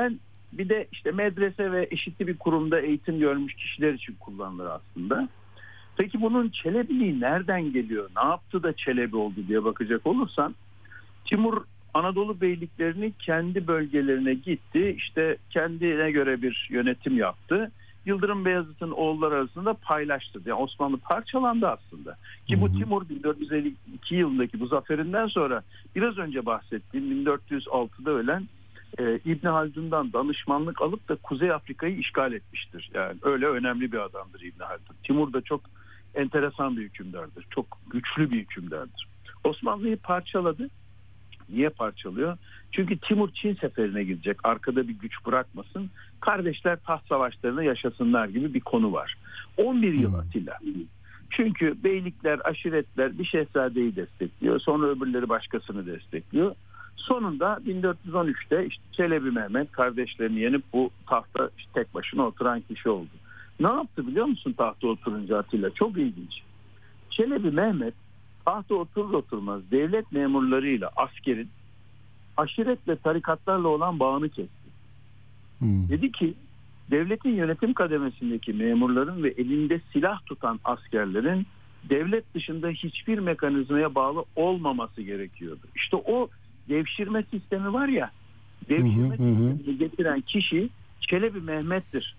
Bir de işte medrese ve eşitli bir kurumda eğitim görmüş kişiler için kullanılır aslında. Peki bunun Çelebiliği nereden geliyor? Ne yaptı da Çelebi oldu diye bakacak olursan, Timur Anadolu beyliklerini kendi bölgelerine gitti. İşte kendine göre bir yönetim yaptı. Yıldırım Beyazıt'ın oğulları arasında paylaştırdı. Yani Osmanlı parçalandı aslında. Ki bu Timur 1452 yılındaki bu zaferinden sonra biraz önce bahsettiğim 1406'da ölen İbn Haldun'dan danışmanlık alıp da Kuzey Afrika'yı işgal etmiştir. Yani öyle önemli bir adamdır İbn Haldun. Timur da çok enteresan bir hükümdardır. Çok güçlü bir hükümdardır. Osmanlı'yı parçaladı. Niye parçalıyor? Çünkü Timur Çin seferine gidecek. Arkada bir güç bırakmasın. Kardeşler taht savaşlarını yaşasınlar gibi bir konu var. 11 yıl Atilla. Çünkü beylikler, aşiretler bir şehzadeyi destekliyor. Sonra öbürleri başkasını destekliyor. Sonunda 1413'te işte Çelebi Mehmet kardeşlerini yenip bu tahta işte tek başına oturan kişi oldu. Ne yaptı biliyor musun tahta oturunca Atilla? Çok ilginç. Çelebi Mehmet tahta oturur oturmaz devlet memurlarıyla askerin aşiret ve tarikatlarla olan bağını kesti. Dedi ki devletin yönetim kademesindeki memurların ve elinde silah tutan askerlerin devlet dışında hiçbir mekanizmaya bağlı olmaması gerekiyordu. İşte o devşirme sistemi var ya, devşirme sistemini getiren kişi Çelebi Mehmet'tir.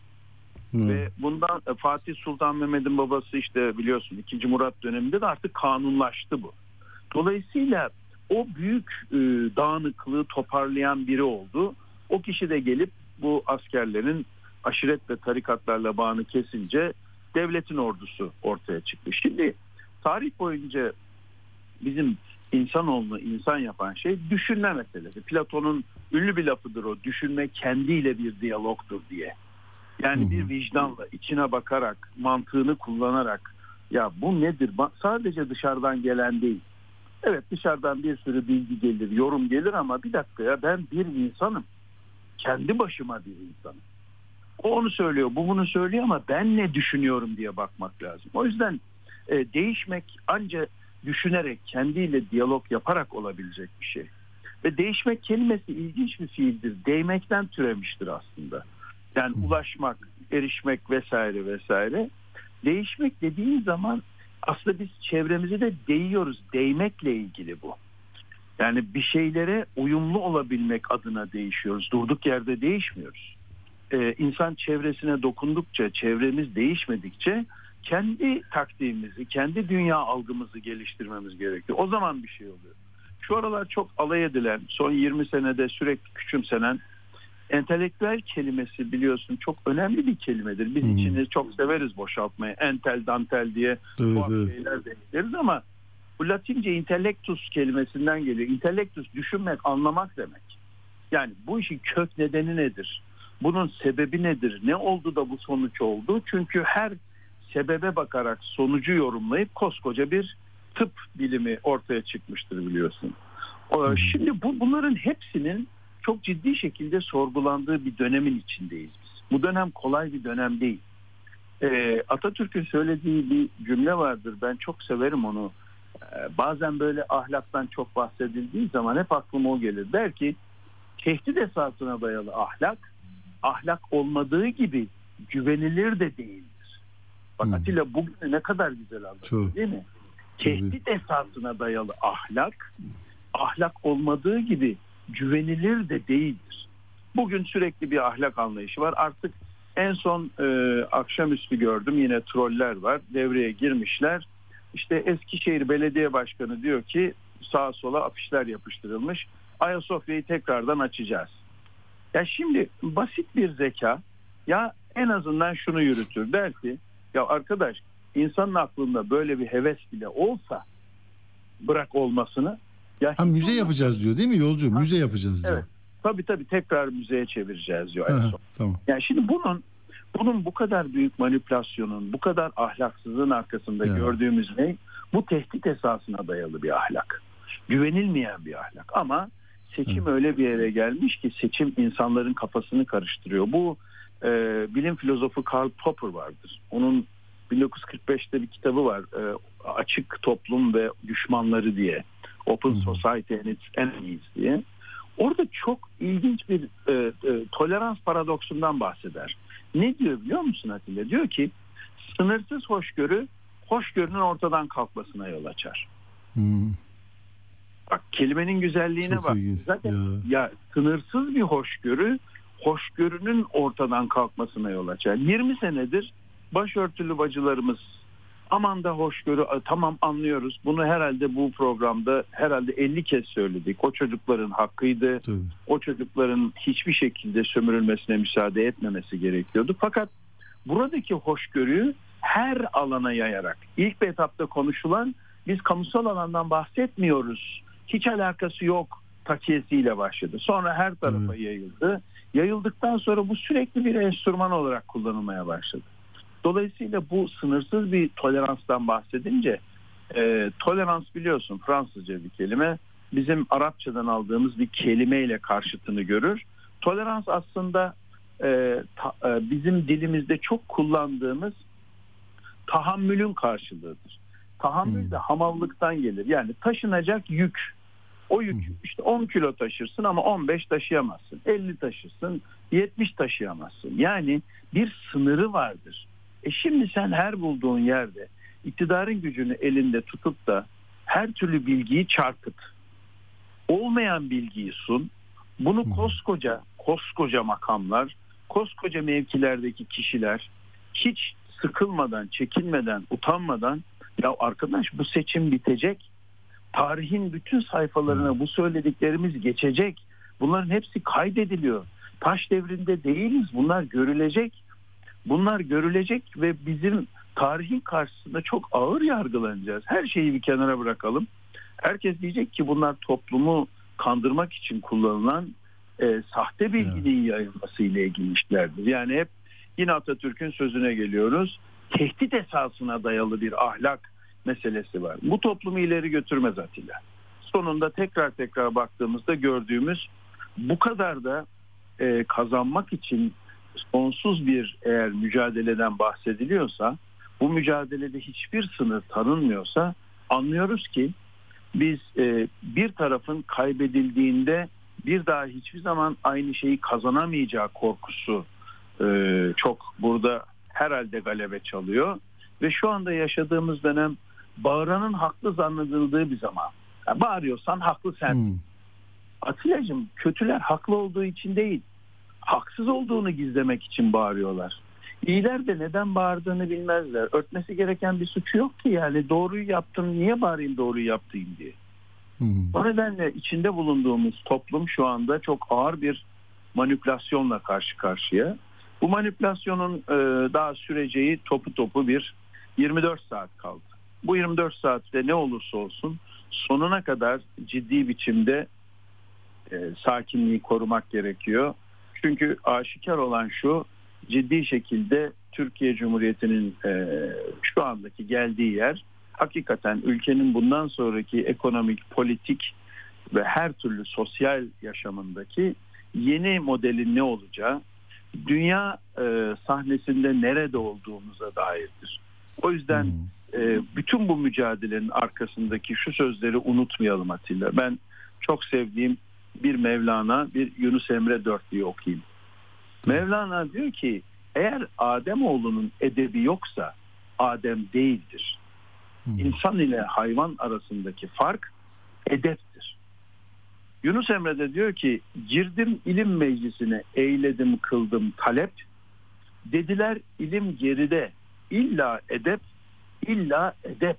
Ve bundan Fatih Sultan Mehmet'in babası işte biliyorsun 2. Murat döneminde de artık kanunlaştı bu. Dolayısıyla o büyük dağınıklığı toparlayan biri oldu. O kişi de gelip bu askerlerin aşiret ve tarikatlarla bağını kesince devletin ordusu ortaya çıktı. Şimdi tarih boyunca bizim insanoğlunu insan yapan şey düşünme meselesi. Platon'un ünlü bir lafıdır o. Düşünme kendiyle bir diyalogdur diye. Yani bir vicdanla, içine bakarak, mantığını kullanarak ya bu nedir? Sadece dışarıdan gelen değil. Evet dışarıdan bir sürü bilgi gelir, yorum gelir ama bir dakika ya ben bir insanım. Kendi başıma bir insanım. O onu söylüyor, bu bunu söylüyor ama ben ne düşünüyorum diye bakmak lazım. O yüzden değişmek ancak düşünerek, kendiyle diyalog yaparak olabilecek bir şey. Ve değişmek kelimesi ilginç bir fiildir. Değmekten türemiştir aslında. Yani ulaşmak, erişmek vesaire vesaire. Değişmek dediğin zaman aslında biz çevremizi de değiyoruz. Değmekle ilgili bu. Yani bir şeylere uyumlu olabilmek adına değişiyoruz. Durduk yerde değişmiyoruz. İnsan çevresine dokundukça, çevremiz değişmedikçe kendi taktiğimizi, kendi dünya algımızı geliştirmemiz gerekiyor. O zaman bir şey oluyor. Şu aralar çok alay edilen, son 20 senede sürekli küçümsenen entelektüel kelimesi biliyorsun çok önemli bir kelimedir. Biz içini çok severiz boşaltmayı. Entel, dantel diye tuhaf şeyler deniliriz ama bu Latince intellectus kelimesinden geliyor. Intellectus düşünmek, anlamak demek. Yani bu işin kök nedeni nedir? Bunun sebebi nedir? Ne oldu da bu sonuç oldu? Çünkü her sebebe bakarak sonucu yorumlayıp koskoca bir tıp bilimi ortaya çıkmıştır biliyorsun. Şimdi bunların hepsinin çok ciddi şekilde sorgulandığı bir dönemin içindeyiz biz. Bu dönem kolay bir dönem değil. Atatürk'ün söylediği bir cümle vardır. Ben çok severim onu. Bazen böyle ahlaktan çok bahsedildiği zaman hep aklıma o gelir. Der ki tehdit esasına dayalı ahlak olmadığı gibi güvenilir de değildir. Bak Atilla bugün ne kadar güzel anlatıyor değil mi? Tehdit esasına dayalı ahlak olmadığı gibi güvenilir de değildir. Bugün sürekli bir ahlak anlayışı var. Artık en son akşamüstü gördüm yine troller var. Devreye girmişler. İşte Eskişehir Belediye Başkanı diyor ki sağa sola afişler yapıştırılmış. Ayasofya'yı tekrardan açacağız. Ya şimdi basit bir zeka ya en azından şunu yürütür. Der ki ya arkadaş insanın aklında böyle bir heves bile olsa bırak olmasını. Ya müze yapacağız diyor değil mi yolcu? Müze yapacağız diyor. Evet. Tabii tekrar müzeye çevireceğiz diyor. Tamam. Yani şimdi bunun bu kadar büyük manipülasyonun, bu kadar ahlaksızlığın arkasında gördüğümüz ne? Bu tehdit esasına dayalı bir ahlak. Güvenilmeyen bir ahlak. Ama seçim öyle bir yere gelmiş ki seçim insanların kafasını karıştırıyor. Bu bilim filozofu Karl Popper vardır. Onun 1945'te bir kitabı var. Açık Toplum ve Düşmanları diye. Open Society and Its Enemies diye. Orada çok ilginç bir tolerans paradoksundan bahseder. Ne diyor biliyor musun Atilla? Diyor ki sınırsız hoşgörü, hoşgörünün ortadan kalkmasına yol açar. Bak kelimenin güzelliğine çok bak. İlginç. Zaten ya sınırsız bir hoşgörü, hoşgörünün ortadan kalkmasına yol açar. 20 senedir başörtülü bacılarımız aman da hoşgörü, tamam anlıyoruz. Bunu herhalde bu programda 50 kez söyledik. O çocukların hakkıydı. Tabii. O çocukların hiçbir şekilde sömürülmesine müsaade etmemesi gerekiyordu. Fakat buradaki hoşgörüyü her alana yayarak ilk bir etapta konuşulan biz kamusal alandan bahsetmiyoruz. Hiç alakası yok takiyesiyle başladı. Sonra her tarafa yayıldı. Yayıldıktan sonra bu sürekli bir enstrüman olarak kullanılmaya başladı. Dolayısıyla bu sınırsız bir toleranstan bahsedince tolerans biliyorsun Fransızca bir kelime. Bizim Arapçadan aldığımız bir kelimeyle karşıtını görür. Tolerans aslında bizim dilimizde çok kullandığımız tahammülün karşılığıdır. Tahammül de hamallıktan gelir. Yani taşınacak yük. O yük işte 10 kilo taşırsın ama 15 taşıyamazsın. 50 taşırsın, 70 taşıyamazsın. Yani bir sınırı vardır. Şimdi sen her bulduğun yerde iktidarın gücünü elinde tutup da her türlü bilgiyi çarpıt. Olmayan bilgiyi sun. Bunu koskoca makamlar, koskoca mevkilerdeki kişiler hiç sıkılmadan, çekinmeden, utanmadan ya arkadaş bu seçim bitecek. Tarihin bütün sayfalarına bu söylediklerimiz geçecek. Bunların hepsi kaydediliyor. Taş devrinde değiliz. Bunlar görülecek. Bunlar görülecek ve bizim tarihin karşısında çok ağır yargılanacağız. Her şeyi bir kenara bırakalım. Herkes diyecek ki bunlar toplumu kandırmak için kullanılan sahte bilginin yayılması ile ilgili işlerdir. Yani hep yine Atatürk'ün sözüne geliyoruz. Tehdit esasına dayalı bir ahlak meselesi var. Bu toplumu ileri götürmez Atilla. Sonunda tekrar baktığımızda gördüğümüz bu kadar da kazanmak için sonsuz bir eğer mücadeleden bahsediliyorsa, bu mücadelede hiçbir sınır tanınmıyorsa anlıyoruz ki biz bir tarafın kaybedildiğinde bir daha hiçbir zaman aynı şeyi kazanamayacağı korkusu çok burada herhalde galebe çalıyor ve şu anda yaşadığımız dönem bağıranın haklı zannedildiği bir zaman. Yani bağırıyorsan haklı sen. Atilla'cığım kötüler haklı olduğu için değil, haksız olduğunu gizlemek için bağırıyorlar. İyiler de neden bağırdığını bilmezler. Örtmesi gereken bir suçu yok ki yani doğruyu yaptım niye bağırayım doğruyu yaptım diye. O nedenle içinde bulunduğumuz toplum şu anda çok ağır bir manipülasyonla karşı karşıya. Bu manipülasyonun daha süreceği topu bir 24 saat kaldı. Bu 24 saatte ne olursa olsun sonuna kadar ciddi biçimde sakinliği korumak gerekiyor. Çünkü aşikar olan şu, ciddi şekilde Türkiye Cumhuriyeti'nin şu andaki geldiği yer hakikaten ülkenin bundan sonraki ekonomik, politik ve her türlü sosyal yaşamındaki yeni modelin ne olacağı, dünya sahnesinde nerede olduğumuza dairdir. O yüzden bütün bu mücadelenin arkasındaki şu sözleri unutmayalım Atilla. Ben çok sevdiğim bir Mevlana, bir Yunus Emre dörtlüğü okuyayım. Mevlana diyor ki eğer Ademoğlunun edebi yoksa Adem değildir. İnsan ile hayvan arasındaki fark edeptir. Yunus Emre de diyor ki girdim ilim meclisine eyledim kıldım talep. Dediler ilim geride illa edep illa edep.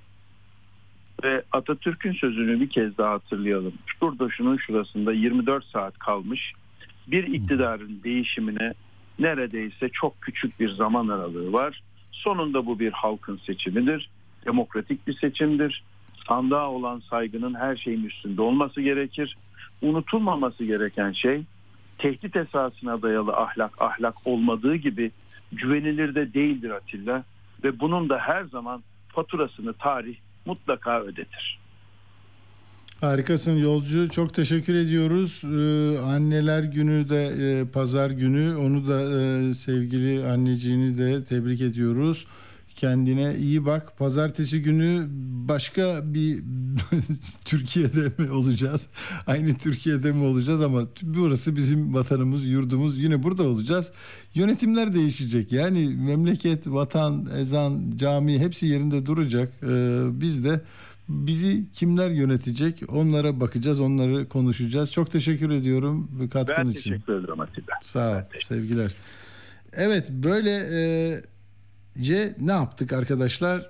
Ve Atatürk'ün sözünü bir kez daha hatırlayalım. Şurada şunun şurasında 24 saat kalmış bir iktidarın değişimine neredeyse çok küçük bir zaman aralığı var. Sonunda bu bir halkın seçimidir. Demokratik bir seçimdir. Sandığa olan saygının her şeyin üstünde olması gerekir. Unutulmaması gereken şey tehdit esasına dayalı ahlak olmadığı gibi güvenilir de değildir Atilla. Ve bunun da her zaman faturasını tarih mutlaka ödetir. Harikasın Yolcu. Çok teşekkür ediyoruz. Anneler Günü de pazar günü. Onu da sevgili anneciğini de tebrik ediyoruz. Kendine iyi bak. Pazartesi günü başka bir Türkiye'de mi olacağız? Aynı Türkiye'de mi olacağız ama burası bizim vatanımız, yurdumuz. Yine burada olacağız. Yönetimler değişecek. Yani memleket, vatan, ezan, cami hepsi yerinde duracak. Biz de bizi kimler yönetecek? Onlara bakacağız, onları konuşacağız. Çok teşekkür ediyorum katkın için. Ben teşekkür ederim Atilla. Sağ ol, sevgiler. Evet, böyle ne yaptık arkadaşlar?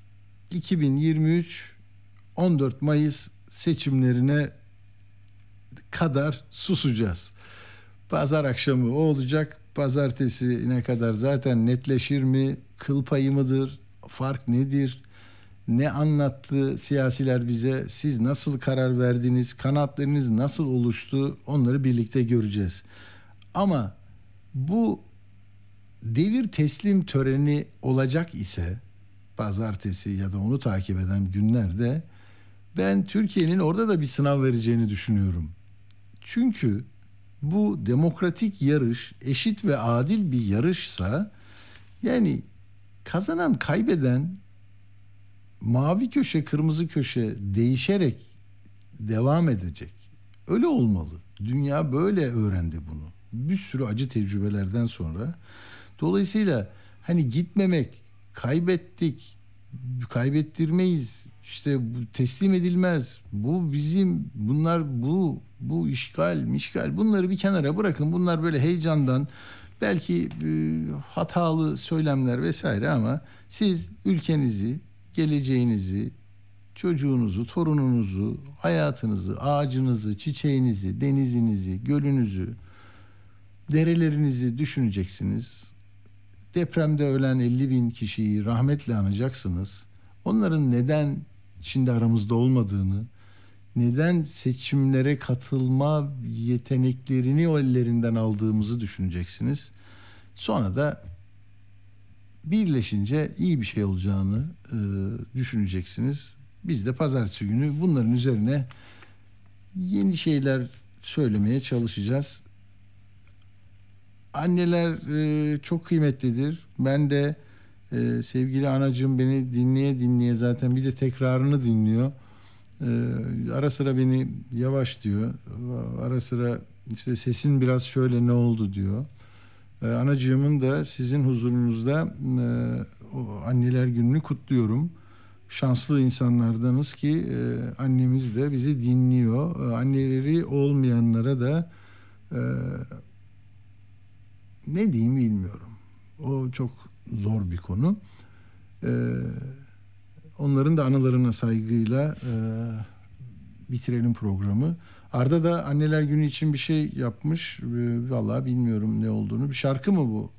2023 14 Mayıs seçimlerine kadar susacağız. Pazar akşamı o olacak. Pazartesi ne kadar zaten netleşir mi? Kıl payı mıdır? Fark nedir? Ne anlattı siyasiler bize? Siz nasıl karar verdiniz? Kanaatleriniz nasıl oluştu? Onları birlikte göreceğiz. Ama bu devir teslim töreni olacak ise pazartesi ya da onu takip eden günlerde ben Türkiye'nin orada da bir sınav vereceğini düşünüyorum. Çünkü bu demokratik yarış eşit ve adil bir yarışsa yani kazanan kaybeden mavi köşe kırmızı köşe değişerek devam edecek. Öyle olmalı. Dünya böyle öğrendi bunu. Bir sürü acı tecrübelerden sonra. Dolayısıyla hani gitmemek, kaybettik, kaybettirmeyiz, işte teslim edilmez, bu bizim, bunlar bu işgal, bunları bir kenara bırakın. Bunlar böyle heyecandan belki hatalı söylemler vesaire ama siz ülkenizi, geleceğinizi, çocuğunuzu, torununuzu, hayatınızı, ağacınızı, çiçeğinizi, denizinizi, gölünüzü, derelerinizi düşüneceksiniz. Depremde ölen 50.000 kişiyi rahmetle anacaksınız. Onların neden şimdi aramızda olmadığını, neden seçimlere katılma yeteneklerini o ellerinden aldığımızı düşüneceksiniz. Sonra da birleşince iyi bir şey olacağını düşüneceksiniz. Biz de pazartesi günü bunların üzerine yeni şeyler söylemeye çalışacağız. Anneler çok kıymetlidir. Ben de sevgili anacığım beni dinleye zaten bir de tekrarını dinliyor. Ara sıra beni yavaş diyor. Ara sıra işte sesin biraz şöyle ne oldu diyor. Anacığımın da sizin huzurunuzda o anneler gününü kutluyorum. Şanslı insanlardanız ki annemiz de bizi dinliyor. Anneleri olmayanlara da ne diyeyim bilmiyorum. O çok zor bir konu. Onların da anılarına saygıyla bitirelim programı. Arda da anneler günü için bir şey yapmış. Vallahi bilmiyorum ne olduğunu. Bir şarkı mı bu?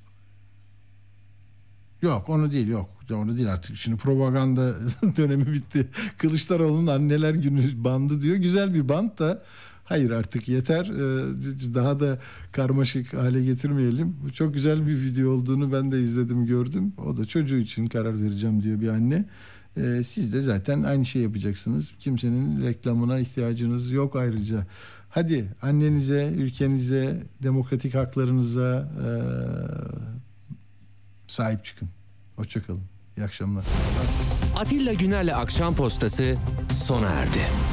Yok onu değil Onu değil artık. Şimdi propaganda dönemi bitti. Kılıçdaroğlu'nun anneler günü bandı diyor. Güzel bir band da hayır artık yeter. Daha da karmaşık hale getirmeyelim. Bu çok güzel bir video olduğunu ben de izledim, gördüm. O da çocuğu için karar vereceğim diyor bir anne. Siz de zaten aynı şey yapacaksınız. Kimsenin reklamına ihtiyacınız yok ayrıca. Hadi annenize, ülkenize, demokratik haklarınıza sahip çıkın. Hoşça kalın. İyi akşamlar. Atilla Güner'le Akşam Postası sona erdi.